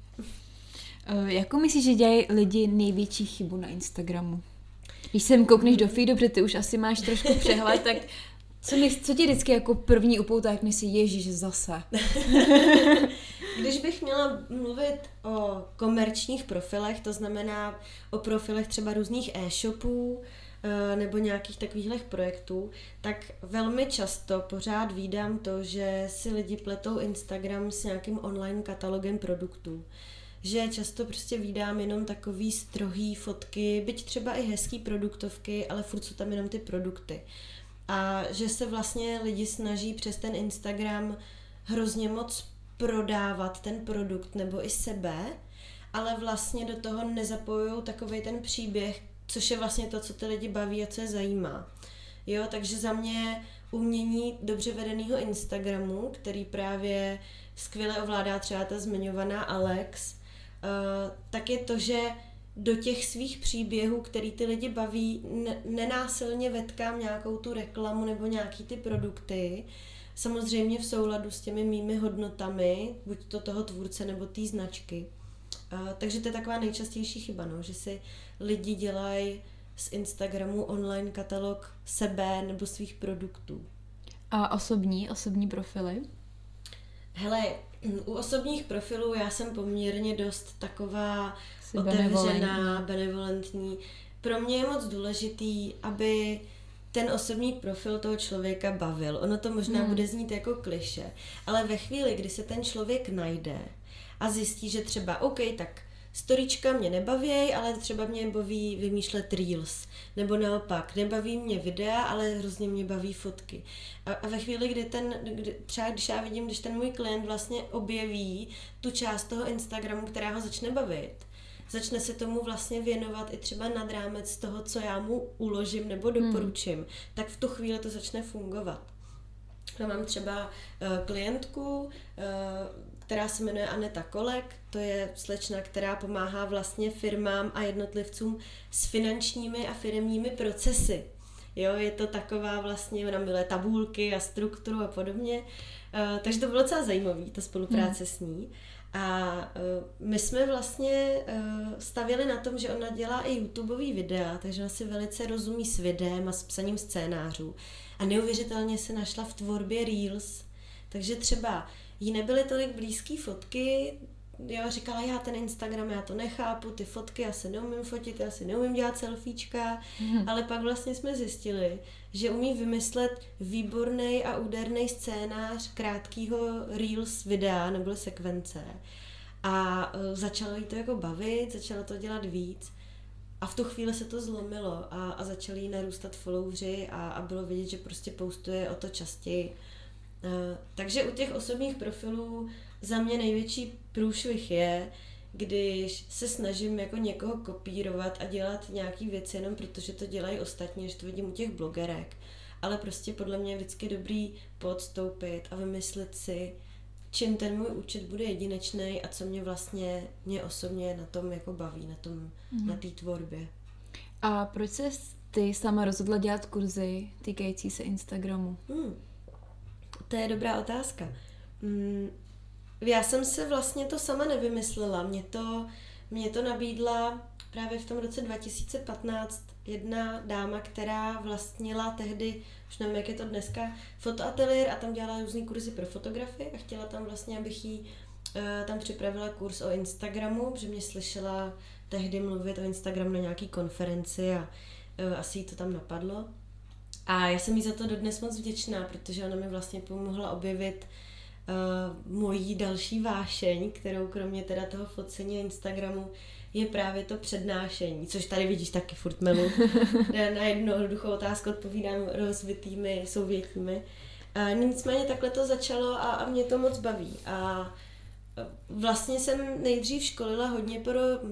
Jakou myslíš, že dělají lidi největší chybu na Instagramu? Když sem koukneš do feedu, protože ty už asi máš trošku přehled, tak co ti vždycky jako první upoutá, jak myslíš, ježiš, zase? Když bych měla mluvit o komerčních profilech, to znamená o profilech třeba různých e-shopů nebo nějakých takových projektů, tak velmi často pořád vídám to, že si lidi pletou Instagram s nějakým online katalogem produktů. Že často prostě vídám jenom takový strohý fotky, byť třeba i hezký produktovky, ale furt jsou tam jenom ty produkty. A že se vlastně lidi snaží přes ten Instagram hrozně moc prodávat ten produkt nebo i sebe, ale vlastně do toho nezapojují takovej ten příběh, což je vlastně to, co ty lidi baví a co je zajímá. Jo, takže za mě umění dobře vedeného Instagramu, který právě skvěle ovládá třeba ta zmiňovaná Alex, tak je to, že do těch svých příběhů, který ty lidi baví, nenásilně vetkám nějakou tu reklamu nebo nějaký ty produkty, samozřejmě v souladu s těmi mými hodnotami, buď to toho tvůrce nebo té značky. Takže to je taková nejčastější chyba, no, že si lidi dělají z Instagramu online katalog sebe nebo svých produktů. A osobní profily? Hele, u osobních profilů já jsem poměrně dost taková otevřená, benevolentní. Pro mě je moc důležitý, aby ten osobní profil toho člověka bavil. Ono to možná bude znít jako klišé, ale ve chvíli, kdy se ten člověk najde a zjistí, že třeba OK, tak storíčka mě nebaví, ale třeba mě baví vymýšlet reels. Nebo naopak, nebaví mě videa, ale hrozně mě baví fotky. A ve chvíli, kdy třeba když já vidím, když ten můj klient vlastně objeví tu část toho Instagramu, která ho začne bavit, začne se tomu vlastně věnovat i třeba nad rámec toho, co já mu uložím nebo doporučím, tak v tu chvíli to začne fungovat. Já mám třeba klientku, která se jmenuje Aneta Kolek, to je slečna, která pomáhá vlastně firmám a jednotlivcům s finančními a firemními procesy. Jo, je to taková vlastně, ona miluje tabulky a strukturu a podobně, takže to bylo docela zajímavé, ta spolupráce s ní. A my jsme vlastně stavěli na tom, že ona dělá i YouTubeový videa, takže ona si velice rozumí s videem a s psaním scénářů. A neuvěřitelně se našla v tvorbě Reels. Takže třeba jí nebyly tolik blízký fotky, jo, říkala, já ten Instagram, já to nechápu, ty fotky, já se neumím fotit, já si neumím dělat selfiečka, ale pak vlastně jsme zjistili, že umí vymyslet výborný a úderný scénář krátkýho Reels videa nebo sekvence. A začalo jí to jako bavit, začala to dělat víc. A v tu chvíli se to zlomilo a začali jí narůstat followři a bylo vidět, že prostě postuje o to častěji. Takže u těch osobních profilů za mě největší průšvih je, když se snažím jako někoho kopírovat a dělat nějaký věci jenom protože to dělají ostatní, že to vidím u těch blogerek. Ale prostě podle mě je vždycky dobrý podstoupit a vymyslet si, čím ten můj účet bude jedinečný a co mě osobně na tom jako baví, na té tvorbě. A proč se ty sama rozhodla dělat kurzy týkající se Instagramu? To je dobrá otázka. Já jsem se vlastně to sama nevymyslela. Mě to nabídla právě v tom roce 2015 jedna dáma, která vlastnila tehdy, už nevím, jak je to dneska, fotoateliér a tam dělala různý kurzy pro fotografy a chtěla tam vlastně, abych jí tam připravila kurz o Instagramu, protože mě slyšela tehdy mluvit o Instagramu na nějaký konferenci a asi jí to tam napadlo. A já jsem jí za to dodnes moc vděčná, protože ona mi vlastně pomohla objevit mojí další vášeň, kterou kromě teda toho focení a Instagramu je právě to přednášení, což tady vidíš taky furt melu. Na jednu jednoduchou otázku odpovídám rozvitými souvětími. Nicméně takhle to začalo a mě to moc baví. A vlastně jsem nejdřív školila hodně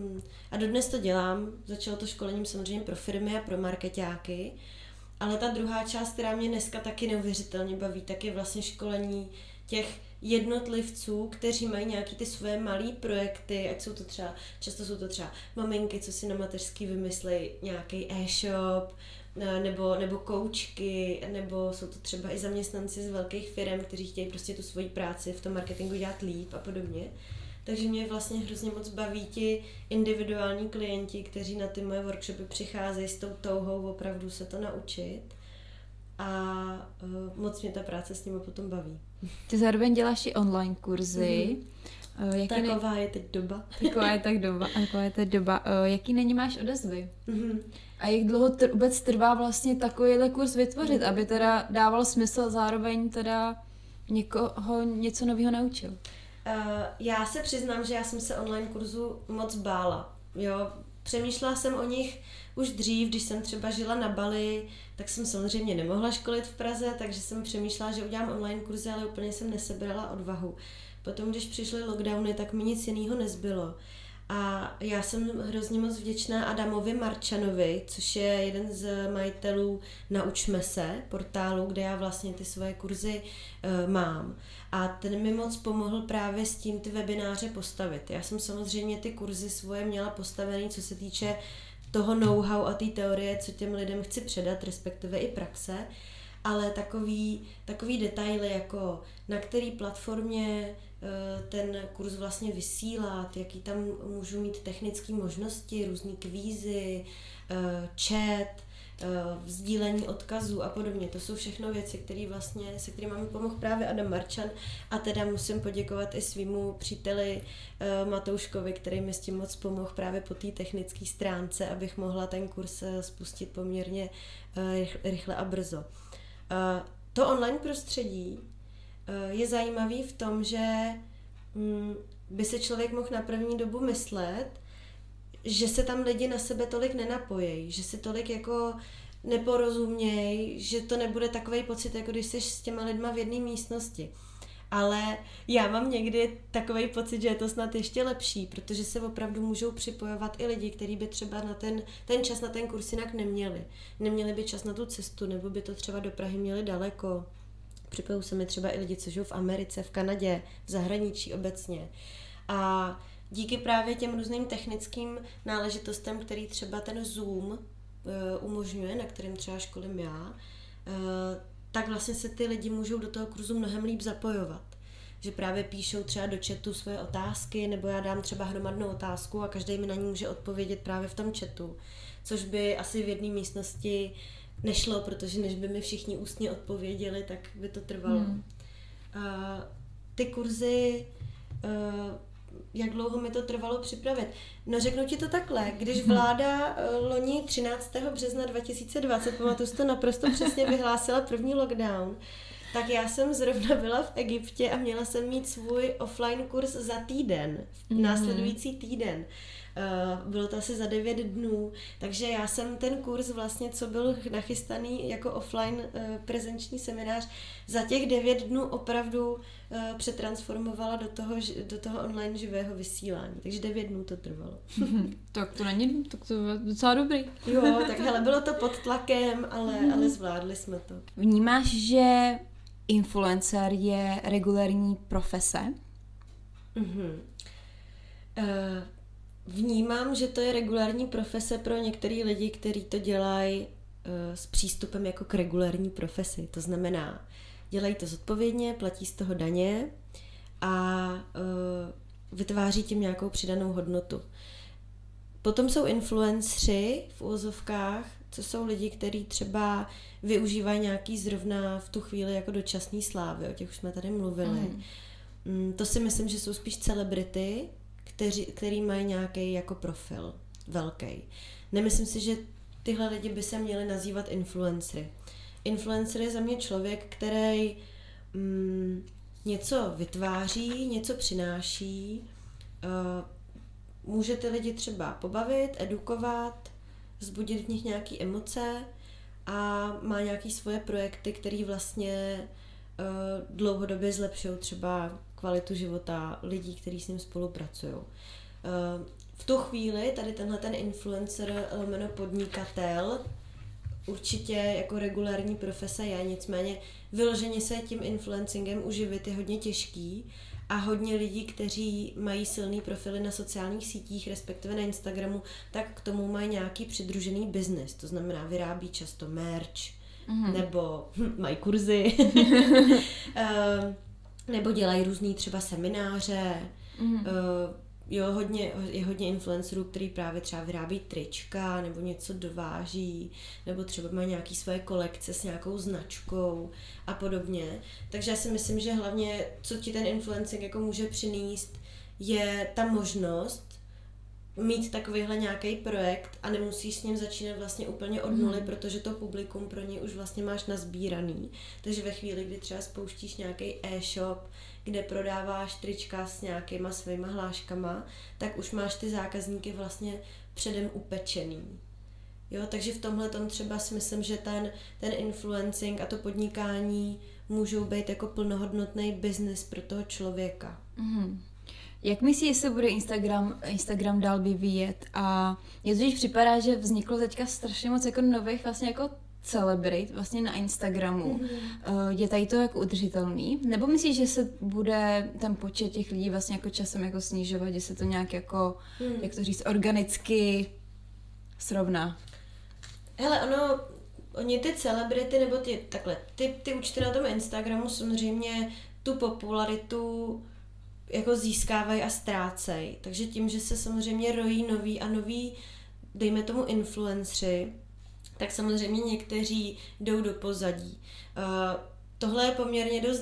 a dodnes to dělám, začalo to školením samozřejmě pro firmy a pro markeťáky, ale ta druhá část, která mě dneska taky neuvěřitelně baví, tak je vlastně školení těch jednotlivců, kteří mají nějaký ty svoje malý projekty, často jsou to třeba maminky, co si na mateřský vymyslejí nějaký e-shop, nebo koučky, nebo jsou to třeba i zaměstnanci z velkých firm, kteří chtějí prostě tu svoji práci v tom marketingu dělat líp a podobně. Takže mě vlastně hrozně moc baví ti individuální klienti, kteří na ty moje workshopy přicházejí s tou touhou opravdu se to naučit. A moc mě ta práce s nimi potom baví. Ty zároveň děláš i online kurzy. Taková je teď doba. Taková je teď doba. Jaký na ní máš odezvy? A jak dlouho vůbec trvá vlastně takovýhle kurz vytvořit, aby teda dával smysl a zároveň teda někoho něco nového naučil? Já se přiznám, že já jsem se online kurzu moc bála. Jo? Přemýšlela jsem o nich už dřív, když jsem třeba žila na Bali, tak jsem samozřejmě nemohla školit v Praze, takže jsem přemýšlela, že udělám online kurzy, ale úplně jsem nesebrala odvahu. Potom, když přišly lockdowny, tak mi nic jiného nezbylo. A já jsem hrozně moc vděčná Adamovi Marčanovi, což je jeden z majitelů Naučme se, portálu, kde já vlastně ty svoje kurzy mám. A ten mi moc pomohl právě s tím ty webináře postavit. Já jsem samozřejmě ty kurzy svoje měla postavený, co se týče toho know-how a té teorie, co těm lidem chci předat, respektive i praxe, ale takový detaily, jako na který platformě ten kurz vlastně vysílat, jaký tam můžu mít technické možnosti, různý kvízy, chat, sdílení odkazů a podobně. To jsou všechno věci, se kterými mi pomohl právě Adam Marčan a teda musím poděkovat i svýmu příteli Matouškovi, který mi s tím moc pomohl právě po té technické stránce, abych mohla ten kurz spustit poměrně rychle a brzo. To online prostředí je zajímavý v tom, že by se člověk mohl na první dobu myslet, že se tam lidi na sebe tolik nenapojí, že si tolik jako neporozumějí, že to nebude takovej pocit, jako když jsi s těma lidma v jedné místnosti. Ale já mám někdy takovej pocit, že je to snad ještě lepší, protože se opravdu můžou připojovat i lidi, kteří by třeba na ten čas na ten kurz jinak neměli. Neměli by čas na tu cestu, nebo by to třeba do Prahy měli daleko. Připojují se mi třeba i lidi, co žijou v Americe, v Kanadě, v zahraničí obecně. A díky právě těm různým technickým náležitostem, který třeba ten Zoom umožňuje, na kterém třeba školím já, tak vlastně se ty lidi můžou do toho kurzu mnohem líp zapojovat. že právě píšou třeba do chatu svoje otázky, nebo já dám třeba hromadnou otázku a každý mi na ní může odpovědět právě v tom chatu, což by asi v jedné místnosti nešlo, protože než by mi všichni ústně odpověděli, tak by to trvalo. Ty kurzy, jak dlouho mi to trvalo připravit? No řeknu ti to takhle, když vláda loni 13. března 2020, pamatuju si to naprosto přesně, vyhlásila první lockdown, tak já jsem zrovna byla v Egyptě a měla jsem mít svůj offline kurz za týden, následující týden. Bylo to asi za 9 dnů, takže já jsem ten kurz vlastně, co byl nachystaný jako offline prezenční seminář, za těch 9 dnů opravdu přetransformovala do toho online živého vysílání. Takže 9 dnů to trvalo. Tak to není, tak to je docela dobrý. Jo, tak hele, bylo to pod tlakem, ale zvládli jsme to. Vnímáš, že influencer je regulérní profese? Vnímám, že to je regulární profese pro některý lidi, kteří to dělají s přístupem jako k regulární profesi. To znamená, dělají to zodpovědně, platí z toho daně a vytváří tím nějakou přidanou hodnotu. Potom jsou influencři v uvozovkách, co jsou lidi, kteří třeba využívají nějaký zrovna v tu chvíli jako dočasný slávy, o těch už jsme tady mluvili. To si myslím, že jsou spíš celebrity, který mají nějaký jako profil velký. Nemyslím si, že tyhle lidi by se měli nazývat influencery. Influencer je za mě člověk, který něco vytváří, něco přináší, může ty lidi třeba pobavit, edukovat, vzbudit v nich nějaké emoce a má nějaké svoje projekty, které vlastně dlouhodobě zlepšují třeba kvalitu života lidí, kteří s ním spolupracují. V tu chvíli tady tenhle ten influencer jméno podnikatel určitě jako regulární profese je, nicméně vyloženě se tím influencingem uživit je hodně těžký a hodně lidí, kteří mají silný profily na sociálních sítích, respektive na Instagramu, tak k tomu mají nějaký přidružený biznis, to znamená vyrábí často merch, nebo mají kurzy, nebo dělají různý třeba semináře, je hodně influencerů, který právě třeba vyrábí trička nebo něco dováží, nebo třeba mají nějaké svoje kolekce s nějakou značkou a podobně. Takže já si myslím, že hlavně, co ti ten influencing jako může přinést, je ta možnost mít takovýhle nějaký projekt a nemusíš s ním začínat vlastně úplně od nuly, protože to publikum pro něj už vlastně máš nazbíraný. Takže ve chvíli, kdy třeba spouštíš nějaký e-shop, kde prodáváš trička s nějakýma svýma hláškama, tak už máš ty zákazníky vlastně předem upečený. Jo, takže v tomhle tom třeba si myslím, že ten influencing a to podnikání můžou být jako plnohodnotný biznis pro toho člověka. Jak myslíš, jestli bude Instagram dál vyvíjet? A mně totiž připadá, že vzniklo teďka strašně moc jako nových vlastně jako celebrit vlastně na Instagramu. Je tady to jako udržitelný? Nebo myslíš, že se bude ten počet těch lidí vlastně jako časem jako snižovat, že se to nějak jako, jak to říct, organicky srovná? Hele, oni ty celebrity nebo ty účty na tom Instagramu samozřejmě tu popularitu jako získávají a ztrácejí. Takže tím, že se samozřejmě rojí noví, dejme tomu influenceri, tak samozřejmě někteří jdou do pozadí. Tohle je poměrně dost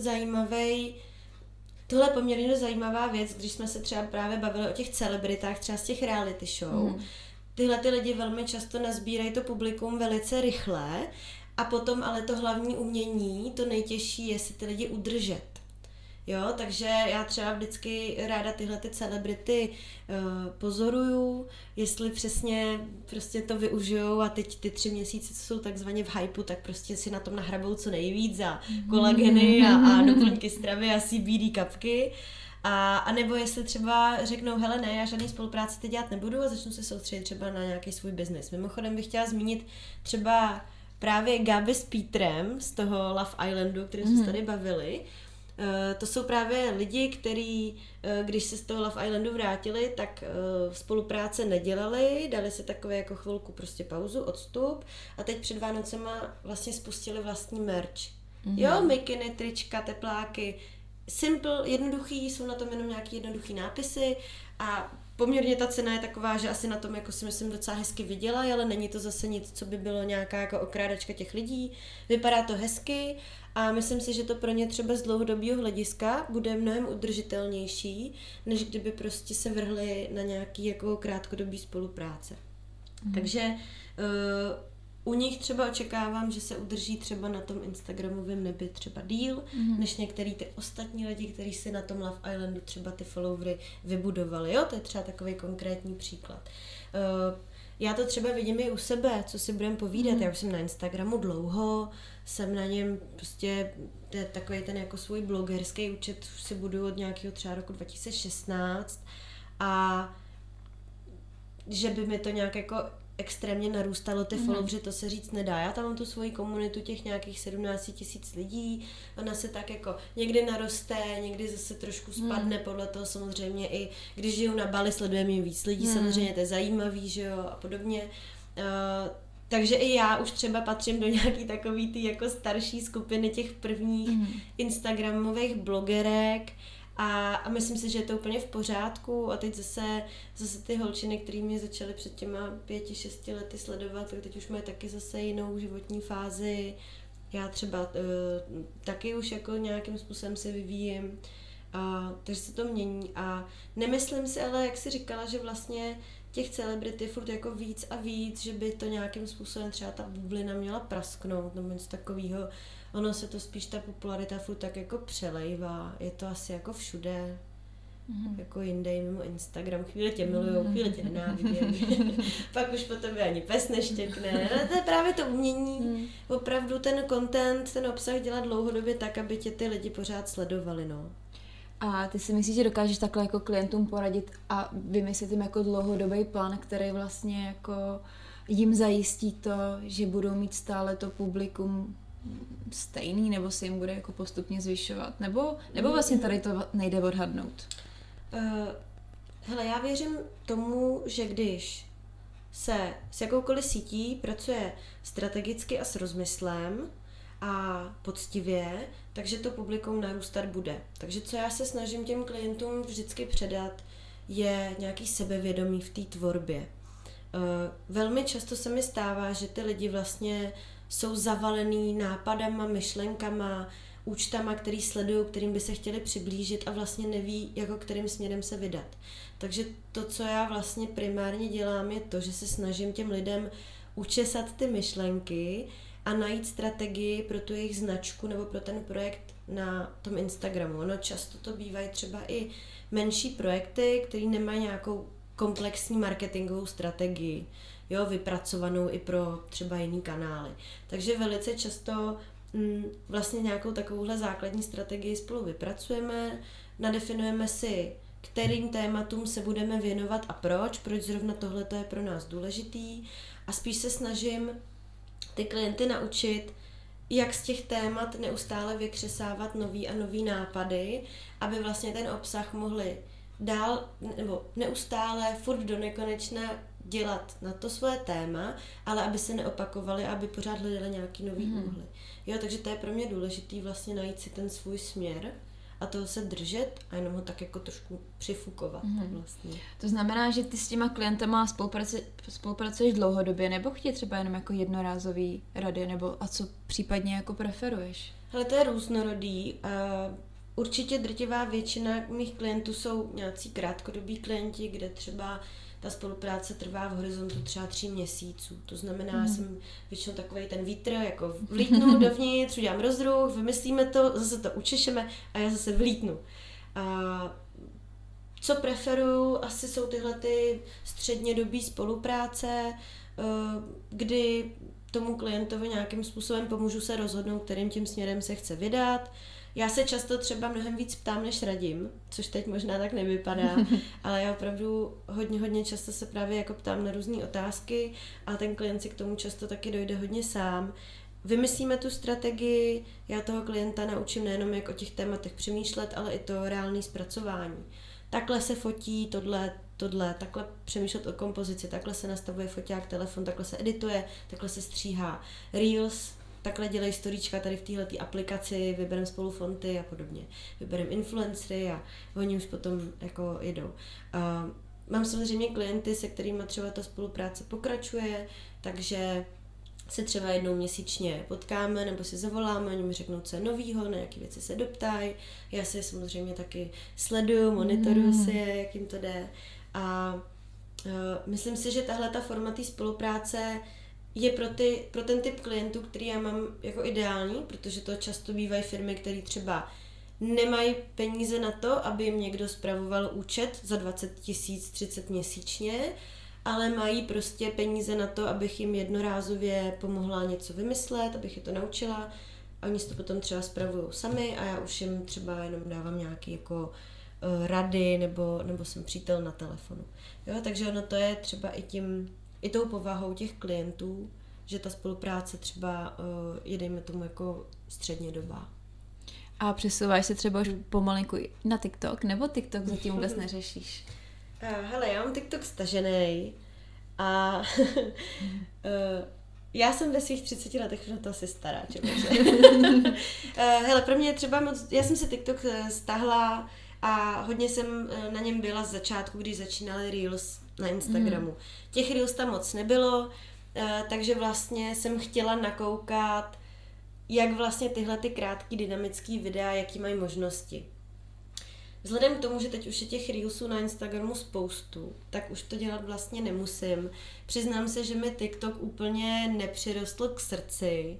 zajímavá věc, když jsme se třeba právě bavili o těch celebritách, třeba z těch reality show. Tyhle ty lidi velmi často nazbírají to publikum velice rychle a potom ale to hlavní umění, to nejtěžší je si ty lidi udržet. Jo, takže já třeba vždycky ráda tyhle ty celebrity pozoruju, jestli přesně prostě to využijou a teď ty 3 měsíce, co jsou takzvaně v hypeu, tak prostě si na tom nahrabou co nejvíc za kolageny a doplňky stravy a CBD kapky. A nebo jestli třeba řeknou, hele ne, já žádný spolupráci teď dělat nebudu a začnu se soustředit třeba na nějaký svůj biznis. Mimochodem bych chtěla zmínit třeba právě Gabi s Petrem z toho Love Islandu, o kterém jsme se tady bavili. To jsou právě lidi, kteří, když se z toho Love Islandu vrátili, tak spolupráce nedělali, dali si takové jako chvilku prostě pauzu, odstup a teď před Vánocema vlastně spustili vlastní merch. Jo, mikiny, trička, tepláky, simple, jednoduchý, jsou na tom jenom nějaký jednoduchý nápisy a poměrně ta cena je taková, že asi na tom jako si myslím docela hezky vydělají, ale není to zase nic, co by bylo nějaká jako okrádačka těch lidí. Vypadá to hezky a myslím si, že to pro ně třeba z dlouhodobého hlediska bude mnohem udržitelnější, než kdyby prostě se vrhli na nějaký jako krátkodobý spolupráce. Takže u nich třeba očekávám, že se udrží třeba na tom Instagramovém nebi třeba díl, než některý ty ostatní lidi, kteří si na tom Love Islandu třeba ty followery vybudovali. Jo, to je třeba takový konkrétní příklad. Já to třeba vidím i u sebe, co si budeme povídat. Já už jsem na Instagramu dlouho, jsem na něm prostě takový ten jako svůj blogerský účet si buduju od nějakého třeba roku 2016 a že by mi to nějak jako extrémně narůstalo ty followři, to se říct nedá. Já tam mám tu svoji komunitu těch nějakých 17 000 lidí, ona se tak jako někdy naroste, někdy zase trošku spadne, podle toho samozřejmě i když žiju na Bali, sledujeme jim víc lidí, samozřejmě to je zajímavý, že jo, a podobně. Takže i já už třeba patřím do nějaký takový ty jako starší skupiny těch prvních instagramových blogerek, a myslím si, že je to úplně v pořádku a teď zase ty holčiny, které mě začaly před těma 5-6 lety sledovat, tak teď už mají taky zase jinou životní fázi. Já třeba taky už jako nějakým způsobem se vyvíjím, takže se to mění a nemyslím si ale, jak jsi říkala, že vlastně těch celebrity furt jako víc a víc, že by to nějakým způsobem třeba ta bublina měla prasknout nebo něco takového. Ono se to spíš ta popularita furt tak jako přelejvá. Je to asi jako všude. Jako jinde mimo Instagram. Chvíli tě milujou, chvíli tě nenávidějí. Pak už po tobě ani pes neštěkne. Ale to je právě to umění. Opravdu ten content, ten obsah dělat dlouhodobě tak, aby tě ty lidi pořád sledovali, no. A ty si myslíš, že dokážeš takhle jako klientům poradit a vymyslet jim jako dlouhodobý plán, který vlastně jako jim zajistí to, že budou mít stále to publikum stejný, nebo se jim bude jako postupně zvyšovat? Nebo vlastně tady to nejde odhadnout? Hele, já věřím tomu, že když se s jakoukoliv sítí pracuje strategicky a s rozmyslem a poctivě, takže to publikum narůstat bude. Takže co já se snažím těm klientům vždycky předat, je nějaký sebevědomí v té tvorbě. Velmi často se mi stává, že ty lidi vlastně jsou zavalený nápadama, myšlenkama, účtama, který sledují, kterým by se chtěli přiblížit a vlastně neví, jako kterým směrem se vydat. Takže to, co já vlastně primárně dělám, je to, že se snažím těm lidem učesat ty myšlenky a najít strategii pro tu jejich značku nebo pro ten projekt na tom Instagramu. Ono často to bývají třeba i menší projekty, které nemají nějakou komplexní marketingovou strategii, jo, vypracovanou i pro třeba jiný kanály. Takže velice často vlastně nějakou takovouhle základní strategii spolu vypracujeme, nadefinujeme si, kterým tématům se budeme věnovat a proč zrovna tohle je pro nás důležitý a spíš se snažím ty klienty naučit, jak z těch témat neustále vykřesávat nový a nový nápady, aby vlastně ten obsah mohli dál nebo neustále furt do nekonečna dělat na to svoje téma, ale aby se neopakovali, aby pořád hledali nějaký nový úhly. Jo, takže to je pro mě důležitý vlastně najít si ten svůj směr a toho se držet a jenom ho tak jako trošku přifukovat vlastně. To znamená, že ty s těma klientama spolupracuješ dlouhodobě, nebo chtějí třeba jenom jako jednorázový rady, nebo a co případně jako preferuješ? Hele, to je různorodý. Určitě drtivá většina mých klientů jsou nějací krátkodobí klienti, kde třeba ta spolupráce trvá v horizontu třeba 3 měsíců. To znamená, jsem většinou takovej ten vítr, jako vlítnu dovnitř, udělám rozruch, vymyslíme to, zase to učešeme a já zase vlítnu. Co preferuju, asi jsou tyhle ty střednědobý spolupráce, kdy tomu klientovi nějakým způsobem pomůžu se rozhodnout, kterým tím směrem se chce vydat. Já se často třeba mnohem víc ptám, než radím, což teď možná tak nevypadá, ale já opravdu hodně často se právě jako ptám na různé otázky a ten klient si k tomu často taky dojde hodně sám. Vymyslíme tu strategii, já toho klienta naučím nejenom jak o těch tématech přemýšlet, ale i to reálné zpracování. Takhle se fotí tohle, takhle přemýšlet o kompozici, takhle se nastavuje foťák, telefon, takhle se edituje, takhle se stříhá Reels, takhle dělají storíčka tady v téhletý aplikaci, vybereme spolu fonty a podobně. Vybereme influencery a oni už potom jako jedou. Mám samozřejmě klienty, se kterými třeba ta spolupráce pokračuje, takže se třeba jednou měsíčně potkáme nebo si zavoláme, oni mi řeknou, co je novýho, na jaký věci se doptají. Já si je samozřejmě taky sleduju, monitoruju si je, jak jim to jde. A myslím si, že tahle ta forma té spolupráce je pro ten typ klientů, který já mám jako ideální, protože to často bývají firmy, které třeba nemají peníze na to, aby jim někdo spravoval účet za 20 000, 30 měsíčně, ale mají prostě peníze na to, abych jim jednorázově pomohla něco vymyslet, abych je to naučila a oni si to potom třeba spravují sami a já už jim třeba jenom dávám nějaké jako rady nebo jsem přítel na telefonu. Jo, takže ono to je třeba i tou povahou těch klientů, že ta spolupráce třeba je dejme tomu jako střednědobá. A přesouváš se třeba už pomalinku na TikTok, nebo TikTok zatím vůbec neřešíš? Hele, já mám TikTok stažený a já jsem ve svých 30 letech už na to asi stará, hele, pro mě je třeba moc, já jsem si TikTok stáhla a hodně jsem na něm byla z začátku, když začínaly Reels na Instagramu. Těch Reels tam moc nebylo, takže vlastně jsem chtěla nakoukat, jak vlastně tyhle ty krátký dynamický videa, jaký mají možnosti. Vzhledem k tomu, že teď už je těch Reelsů na Instagramu spoustu, tak už to dělat vlastně nemusím. Přiznám se, že mi TikTok úplně nepřirostl k srdci,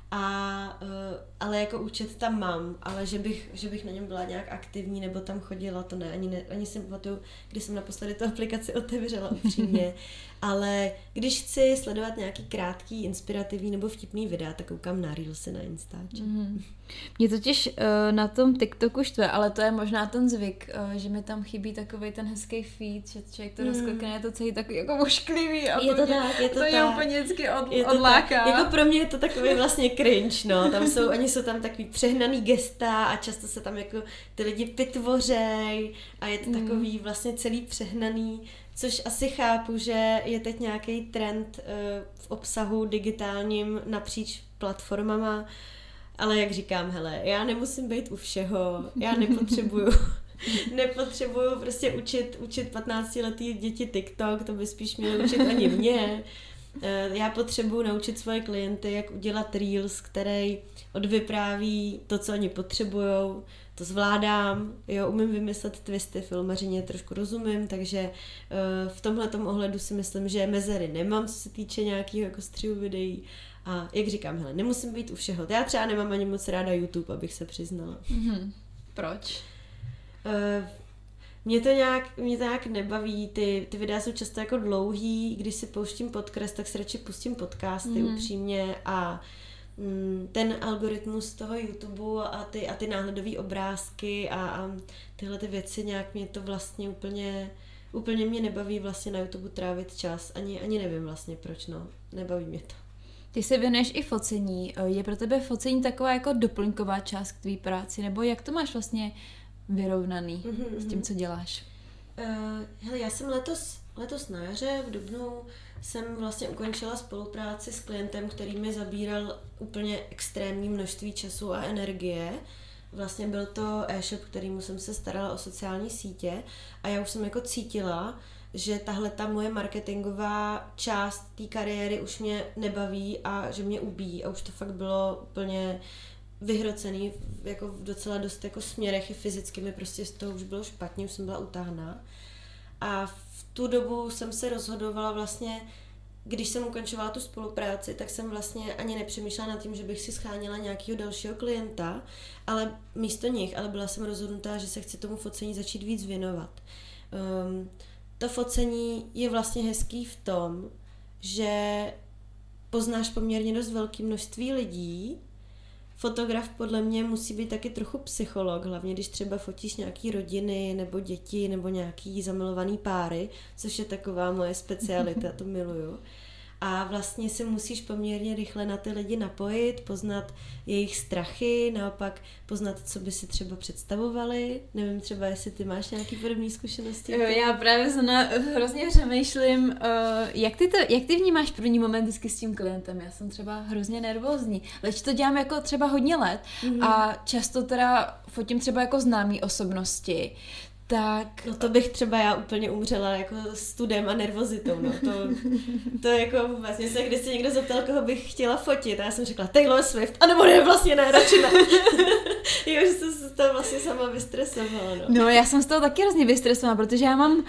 ale jako účet tam mám, ale že bych na něm byla nějak aktivní nebo tam chodila, to ne, ani si pamatuju, když jsem naposledy tu aplikaci otevřela upřímně, ale když chci sledovat nějaký krátký, inspirativní nebo vtipný videa, tak koukám na Reelsy na Instači. Mě totiž na tom TikToku štve, ale to je možná ten zvyk, že mi tam chybí takovej ten hezký feed, že člověk to rozklikne, je to celý takový jako ošklivý a je to mě úplně vždycky odláká. Jako pro mě je to takový vlastně cringe, no, oni jsou tam takový přehnaný gesta a často se tam jako ty lidi pitvořej a je to takový vlastně celý přehnaný, což asi chápu, že je teď nějaký trend v obsahu digitálním napříč platformama, ale jak říkám, hele, já nemusím být u všeho, já nepotřebuju prostě učit 15letý děti TikTok, to by spíš měli učit ani mě. Já potřebuju naučit svoje klienty, jak udělat Reels, který odvypráví to, co oni potřebujou. To zvládám, jo, umím vymyslet twisty, filmařině trošku rozumím, takže v tomhletom ohledu si myslím, že mezery nemám, co se týče nějakého jako střihu videí. A jak říkám, hele, nemusím být u všeho. Já třeba nemám ani moc ráda YouTube, abych se přiznala. Proč? Mě to nějak nebaví, ty videa jsou často jako dlouhý, když si pouštím podcast, tak si radši pustím podcasty upřímně a ten algoritmus toho YouTube a ty náhledové obrázky a tyhle ty věci nějak mě to vlastně úplně mě nebaví vlastně na YouTube trávit čas, ani nevím vlastně proč, no, nebaví mě to. Ty se věnuješ i focení, je pro tebe focení taková jako doplňková část k tvý práci, nebo jak to máš vlastně vyrovnaný s tím, co děláš? Hele, já jsem letos na jaře, v dubnu, jsem vlastně ukončila spolupráci s klientem, který mi zabíral úplně extrémní množství času a energie. Vlastně byl to e-shop, kterýmu jsem se starala o sociální sítě a já už jsem jako cítila, že tahle ta moje marketingová část té kariéry už mě nebaví a že mě ubíjí a už to fakt bylo úplně vyhrocený jako v docela dost jako směrech i fyzicky mi prostě z toho už bylo špatně, už jsem byla utáhná. A v tu dobu jsem se rozhodovala vlastně, když jsem ukončovala tu spolupráci, tak jsem vlastně ani nepřemýšlela nad tím, že bych si scháněla nějakého dalšího klienta, ale místo nich, ale byla jsem rozhodnutá, že se chci tomu focení začít víc věnovat. To focení je vlastně hezký v tom, že poznáš poměrně dost velké množství lidí. Fotograf podle mě musí být taky trochu psycholog, hlavně když třeba fotíš nějaký rodiny nebo děti nebo nějaký zamilovaný páry, což je taková moje specialita, to miluju. a vlastně si musíš poměrně rychle na ty lidi napojit, poznat jejich strachy, naopak poznat, co by si třeba představovali. Nevím třeba, jestli ty máš nějaký podobné zkušenosti. Já právě hrozně přemýšlím, jak ty vnímáš první moment vždycky s tím klientem. Já jsem třeba hrozně nervózní, leč to dělám jako třeba hodně let a často teda fotím třeba jako známý osobnosti. Tak... No to bych třeba já úplně umřela jako studem a nervozitou, no. To jako vlastně se kdysi někdo zeptal, koho bych chtěla fotit a já jsem řekla Taylor Swift, anebo ne, vlastně ne, radši ne. Jo, že jsem se to vlastně sama vystresovala, no. No já jsem z toho taky hrozně vystresovala, protože já mám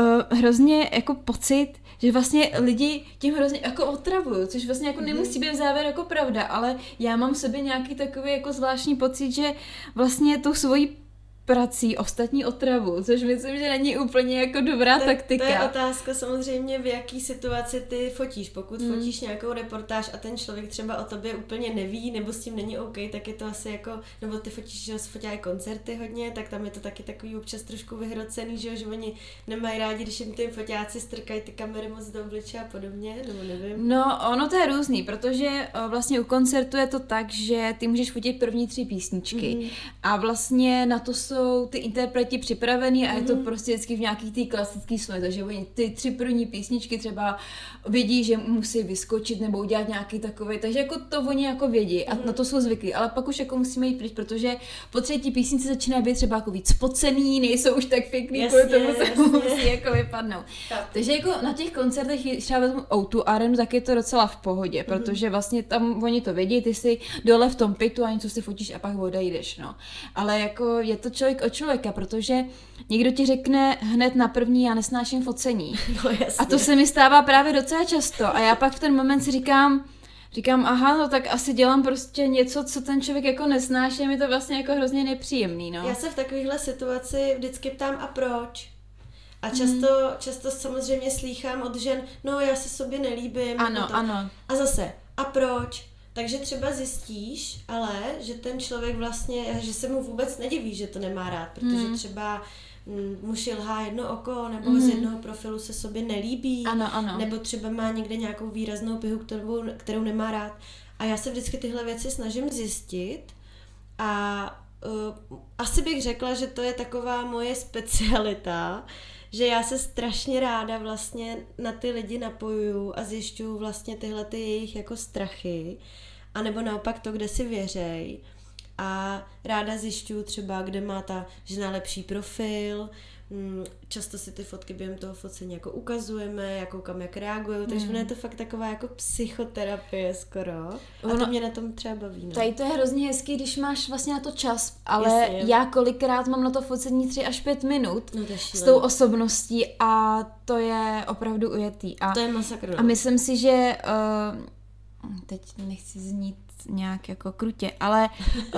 hrozně jako pocit, že vlastně lidi tím hrozně jako otravují, což vlastně jako nemusí být v závěr jako pravda, ale já mám v sobě nějaký takový jako zvláštní pocit, že vlastně tou svojí prací ostatní otravu, což myslím, že není úplně jako dobrá taktika. To je otázka samozřejmě, v jaký situaci ty fotíš. Pokud fotíš nějakou reportáž a ten člověk třeba o tobě úplně neví, nebo s tím není OK, tak je to asi jako, nebo ty fotíš, že se fotějí koncerty hodně, tak tam je to taky takový občas trošku vyhrocený, že oni nemají rádi, když jim ty foťáci strkají ty kamery moc do obliče a podobně, nebo nevím. No, ono to je různý, protože vlastně u koncertu je to tak, že ty můžeš fotit první 3 písničky a vlastně na to jsou ty interpreti připravený a je to prostě vždycky v nějaký té klasické sloně, takže oni ty 3 první písničky třeba vědí, že musí vyskočit nebo udělat nějaký takový, takže jako to oni jako vědí a na to jsou zvyklí, ale pak už jako musíme jít pryč, protože po 3. písnice začíná být třeba jako víc spocený, nejsou už tak pěkný, kvůli tomu se musí jako vypadnout. Takže jako na těch koncertech, když třeba vezmu O2 Arenu, tak je to docela v pohodě, protože vlastně tam oni to vědí, ty si dole v tom pitu a něco si fotíš a pak odejdeš, no. Ale jako je to člověk od člověka, protože někdo ti řekne hned na první, já nesnáším focení. No, jasně. A to se mi stává právě docela často. A já pak v ten moment si říkám, aha, no tak asi dělám prostě něco, co ten člověk jako nesnáší, mi to vlastně jako hrozně nepříjemný, no. Já se v takovéhle situaci vždycky ptám, a proč? A často samozřejmě slýchám od žen, no já se sobě nelíbím. Ano, ano. A zase, a proč? Takže třeba zjistíš, ale že ten člověk vlastně, že se mu vůbec nediví, že to nemá rád, protože třeba mu šilhá jedno oko, nebo z jednoho profilu se sobě nelíbí, ano. nebo třeba má někde nějakou výraznou pihu, kterou nemá rád. A já se vždycky tyhle věci snažím zjistit a asi bych řekla, že to je taková moje specialita, že já se strašně ráda vlastně na ty lidi napojuju a zjišťuju vlastně tyhle ty jejich jako strachy, anebo naopak to, kde si věřej. A ráda zjišťuju třeba, kde má ta žena lepší profil, často si ty fotky během toho focení jako ukazujeme, já koukám, jak reagují, takže ono je to fakt taková jako psychoterapie skoro. A to mě na tom třeba baví. No. Tady to je hrozně hezký, když máš vlastně na to čas, ale já kolikrát mám na to focení 3 až 5 minut s tou osobností a to je opravdu ujetý. A, to je masakr. A myslím si, že teď nechci znít nějak jako krutě, ale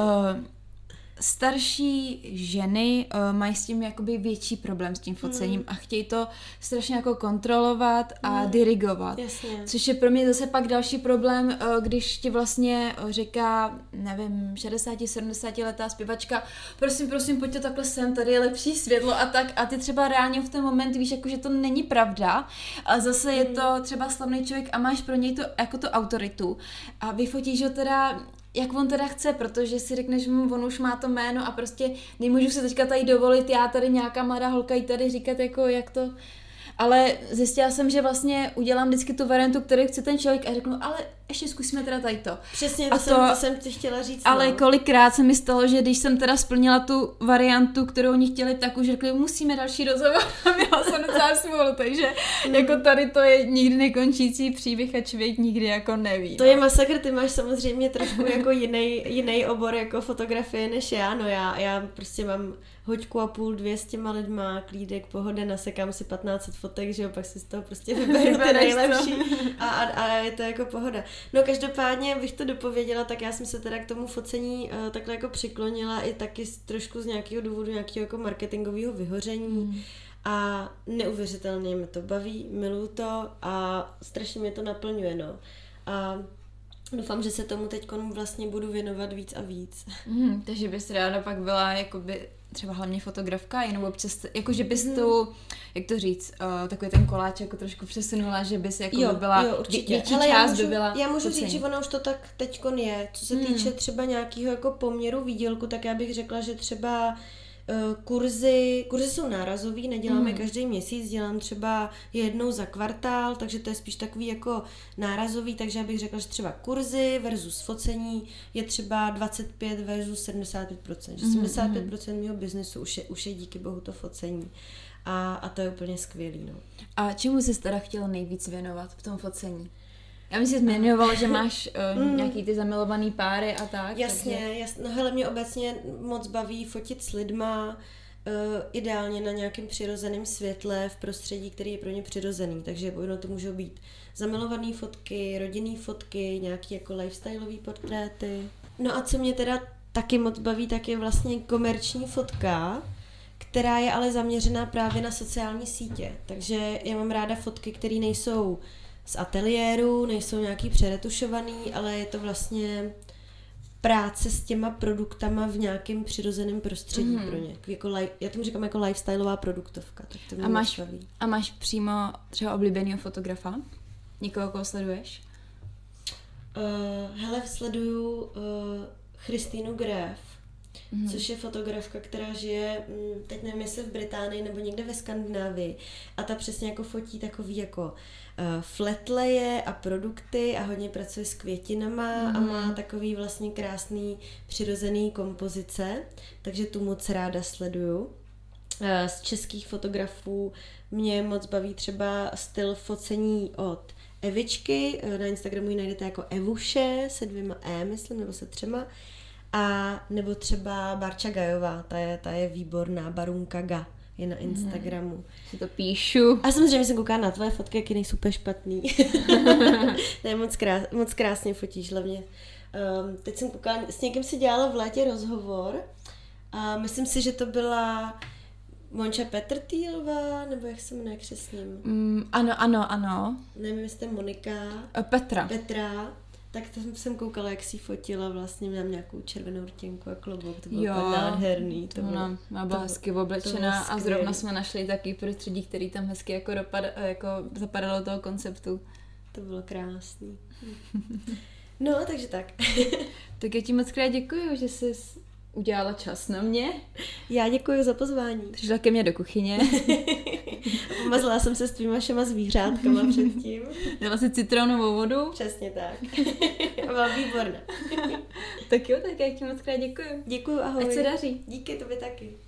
starší ženy mají s tím jakoby větší problém s tím focením a chtějí to strašně jako kontrolovat a dirigovat. Jasně. Což je pro mě zase pak další problém, když ti vlastně říká, nevím, 60-70 letá zpěvačka, prosím, pojďte takhle sem, tady je lepší světlo a tak a ty třeba reálně v ten moment víš, jako, že to není pravda, ale zase je to třeba slavný člověk a máš pro něj to jako tu autoritu a vyfotíš ho teda jak on teda chce, protože si řekneš, on už má to jméno a prostě nemůžu se teďka tady dovolit, já tady nějaká mladá holka jí tady říkat jako jak to, ale zjistila jsem, že vlastně udělám vždycky tu variantu, kterou chce ten člověk a řeknu, ale ještě zkusíme teda tady to. Přesně, to jsem ti chtěla říct. Ale no. Kolikrát se mi stalo, že když jsem teda splnila tu variantu, kterou oni chtěli, tak už řekli, musíme další rozhovor a měla jsem docela smůlu, takže jako tady to je nikdy nekončící příběh a člověk nikdy jako neví. To je masakr, ty máš samozřejmě trošku jako jiný obor jako fotografie než já, no já prostě mám hoďku a půl 200 lidma, klídek, pohoda, nasekám si 1500 fotek, že jo, pak si z toho prostě vyberu ty nejlepší a je to jako pohoda. No každopádně bych to dopověděla, tak já jsem se teda k tomu focení takhle jako přiklonila i taky trošku z nějakého důvodu, nějakého jako marketingového vyhoření a neuvěřitelně mi to baví, miluju to a strašně mě to naplňuje, no. A doufám, že se tomu teď vlastně budu věnovat víc a víc. Takže bys ráda pak byla jakoby třeba hlavně fotografka, jenom občas, jakože bys tu, jak to říct, takový ten koláč jako trošku přesunula, že bys jako by byla větší část by byla. Já můžu říct, že ono už to tak teďkon je. Co se týče třeba nějakého jako poměru výdělku, tak já bych řekla, že třeba kurzy jsou nárazový, neděláme každý měsíc, dělám třeba jednou za kvartál, takže to je spíš takový jako nárazový, takže já bych řekla, že třeba kurzy versus focení je třeba 25 versus 75%, že 75% mého biznesu už je díky bohu to focení a to je úplně skvělý. No. A čemu jsi teda chtěla nejvíc věnovat v tom focení? Já myslím, že zmiňovala, že máš nějaký ty zamilovaný páry a tak. Jasně, takže... jasně. No hele, mě obecně moc baví fotit s lidma, ideálně na nějakém přirozeném světle v prostředí, který je pro ně přirozený. Takže ono to můžou být zamilované fotky, rodinné fotky, nějaké jako lifestyleové portréty. No a co mě teda taky moc baví, tak je vlastně komerční fotka, která je ale zaměřená právě na sociální sítě. Takže já mám ráda fotky, které nejsou z ateliéru, nejsou nějaký přeretušovaný, ale je to vlastně práce s těma produktama v nějakém přirozeném prostředí pro ně. Jako já tomu říkám jako lifestyleová produktovka. Tak to mě a máš přímo třeba oblíbenýho fotografa? Někoho, koho sleduješ? Hele, sleduju Christinu Graf, což je fotografka, která žije, teď nevím, jestli v Británii nebo někde ve Skandinávii, a ta přesně jako fotí takový jako flatleje a produkty a hodně pracuje s květinama a má takový vlastně krásný přirozený kompozice, takže tu moc ráda sleduju. Z českých fotografů mě moc baví třeba styl focení od Evičky, na Instagramu ji najdete jako Evuše se 2 E, myslím, nebo se 3. A nebo třeba Barča Gajová, ta je výborná, Barunka Ga, je na Instagramu. Si to píšu. A samozřejmě jsem koukala na tvoje fotky, jaký nejsou úplně špatný. Ne, moc krásně fotíš hlavně. Teď jsem koukala, s někým si dělala v létě rozhovor a myslím si, že to byla Monča Petrtýlová, nebo jak se jmenuje křesním? Ano. Nevím, jestli Monika. Petra. Tak tam jsem koukala, jak si fotila, vlastně měla nějakou červenou rtěnku a klobouk, to bylo nádherný. Ona byla hezky oblečená a zrovna jsme našli takový prostředí, který tam hezky jako zapadalo do toho konceptu. To bylo krásný. No, takže tak. Tak já ti moc krát děkuju, že jsi udělala čas na mě. Já děkuji za pozvání. Přišla ke mně do kuchyně. A pomazala jsem se s tvýma všema zvířátkama předtím. Dala si citronovou vodu. Přesně tak. A byla výborná. Tak jo, tak já ti moc krát děkuju. Děkuju, ahoj. Ať se daří. Díky, tobě taky.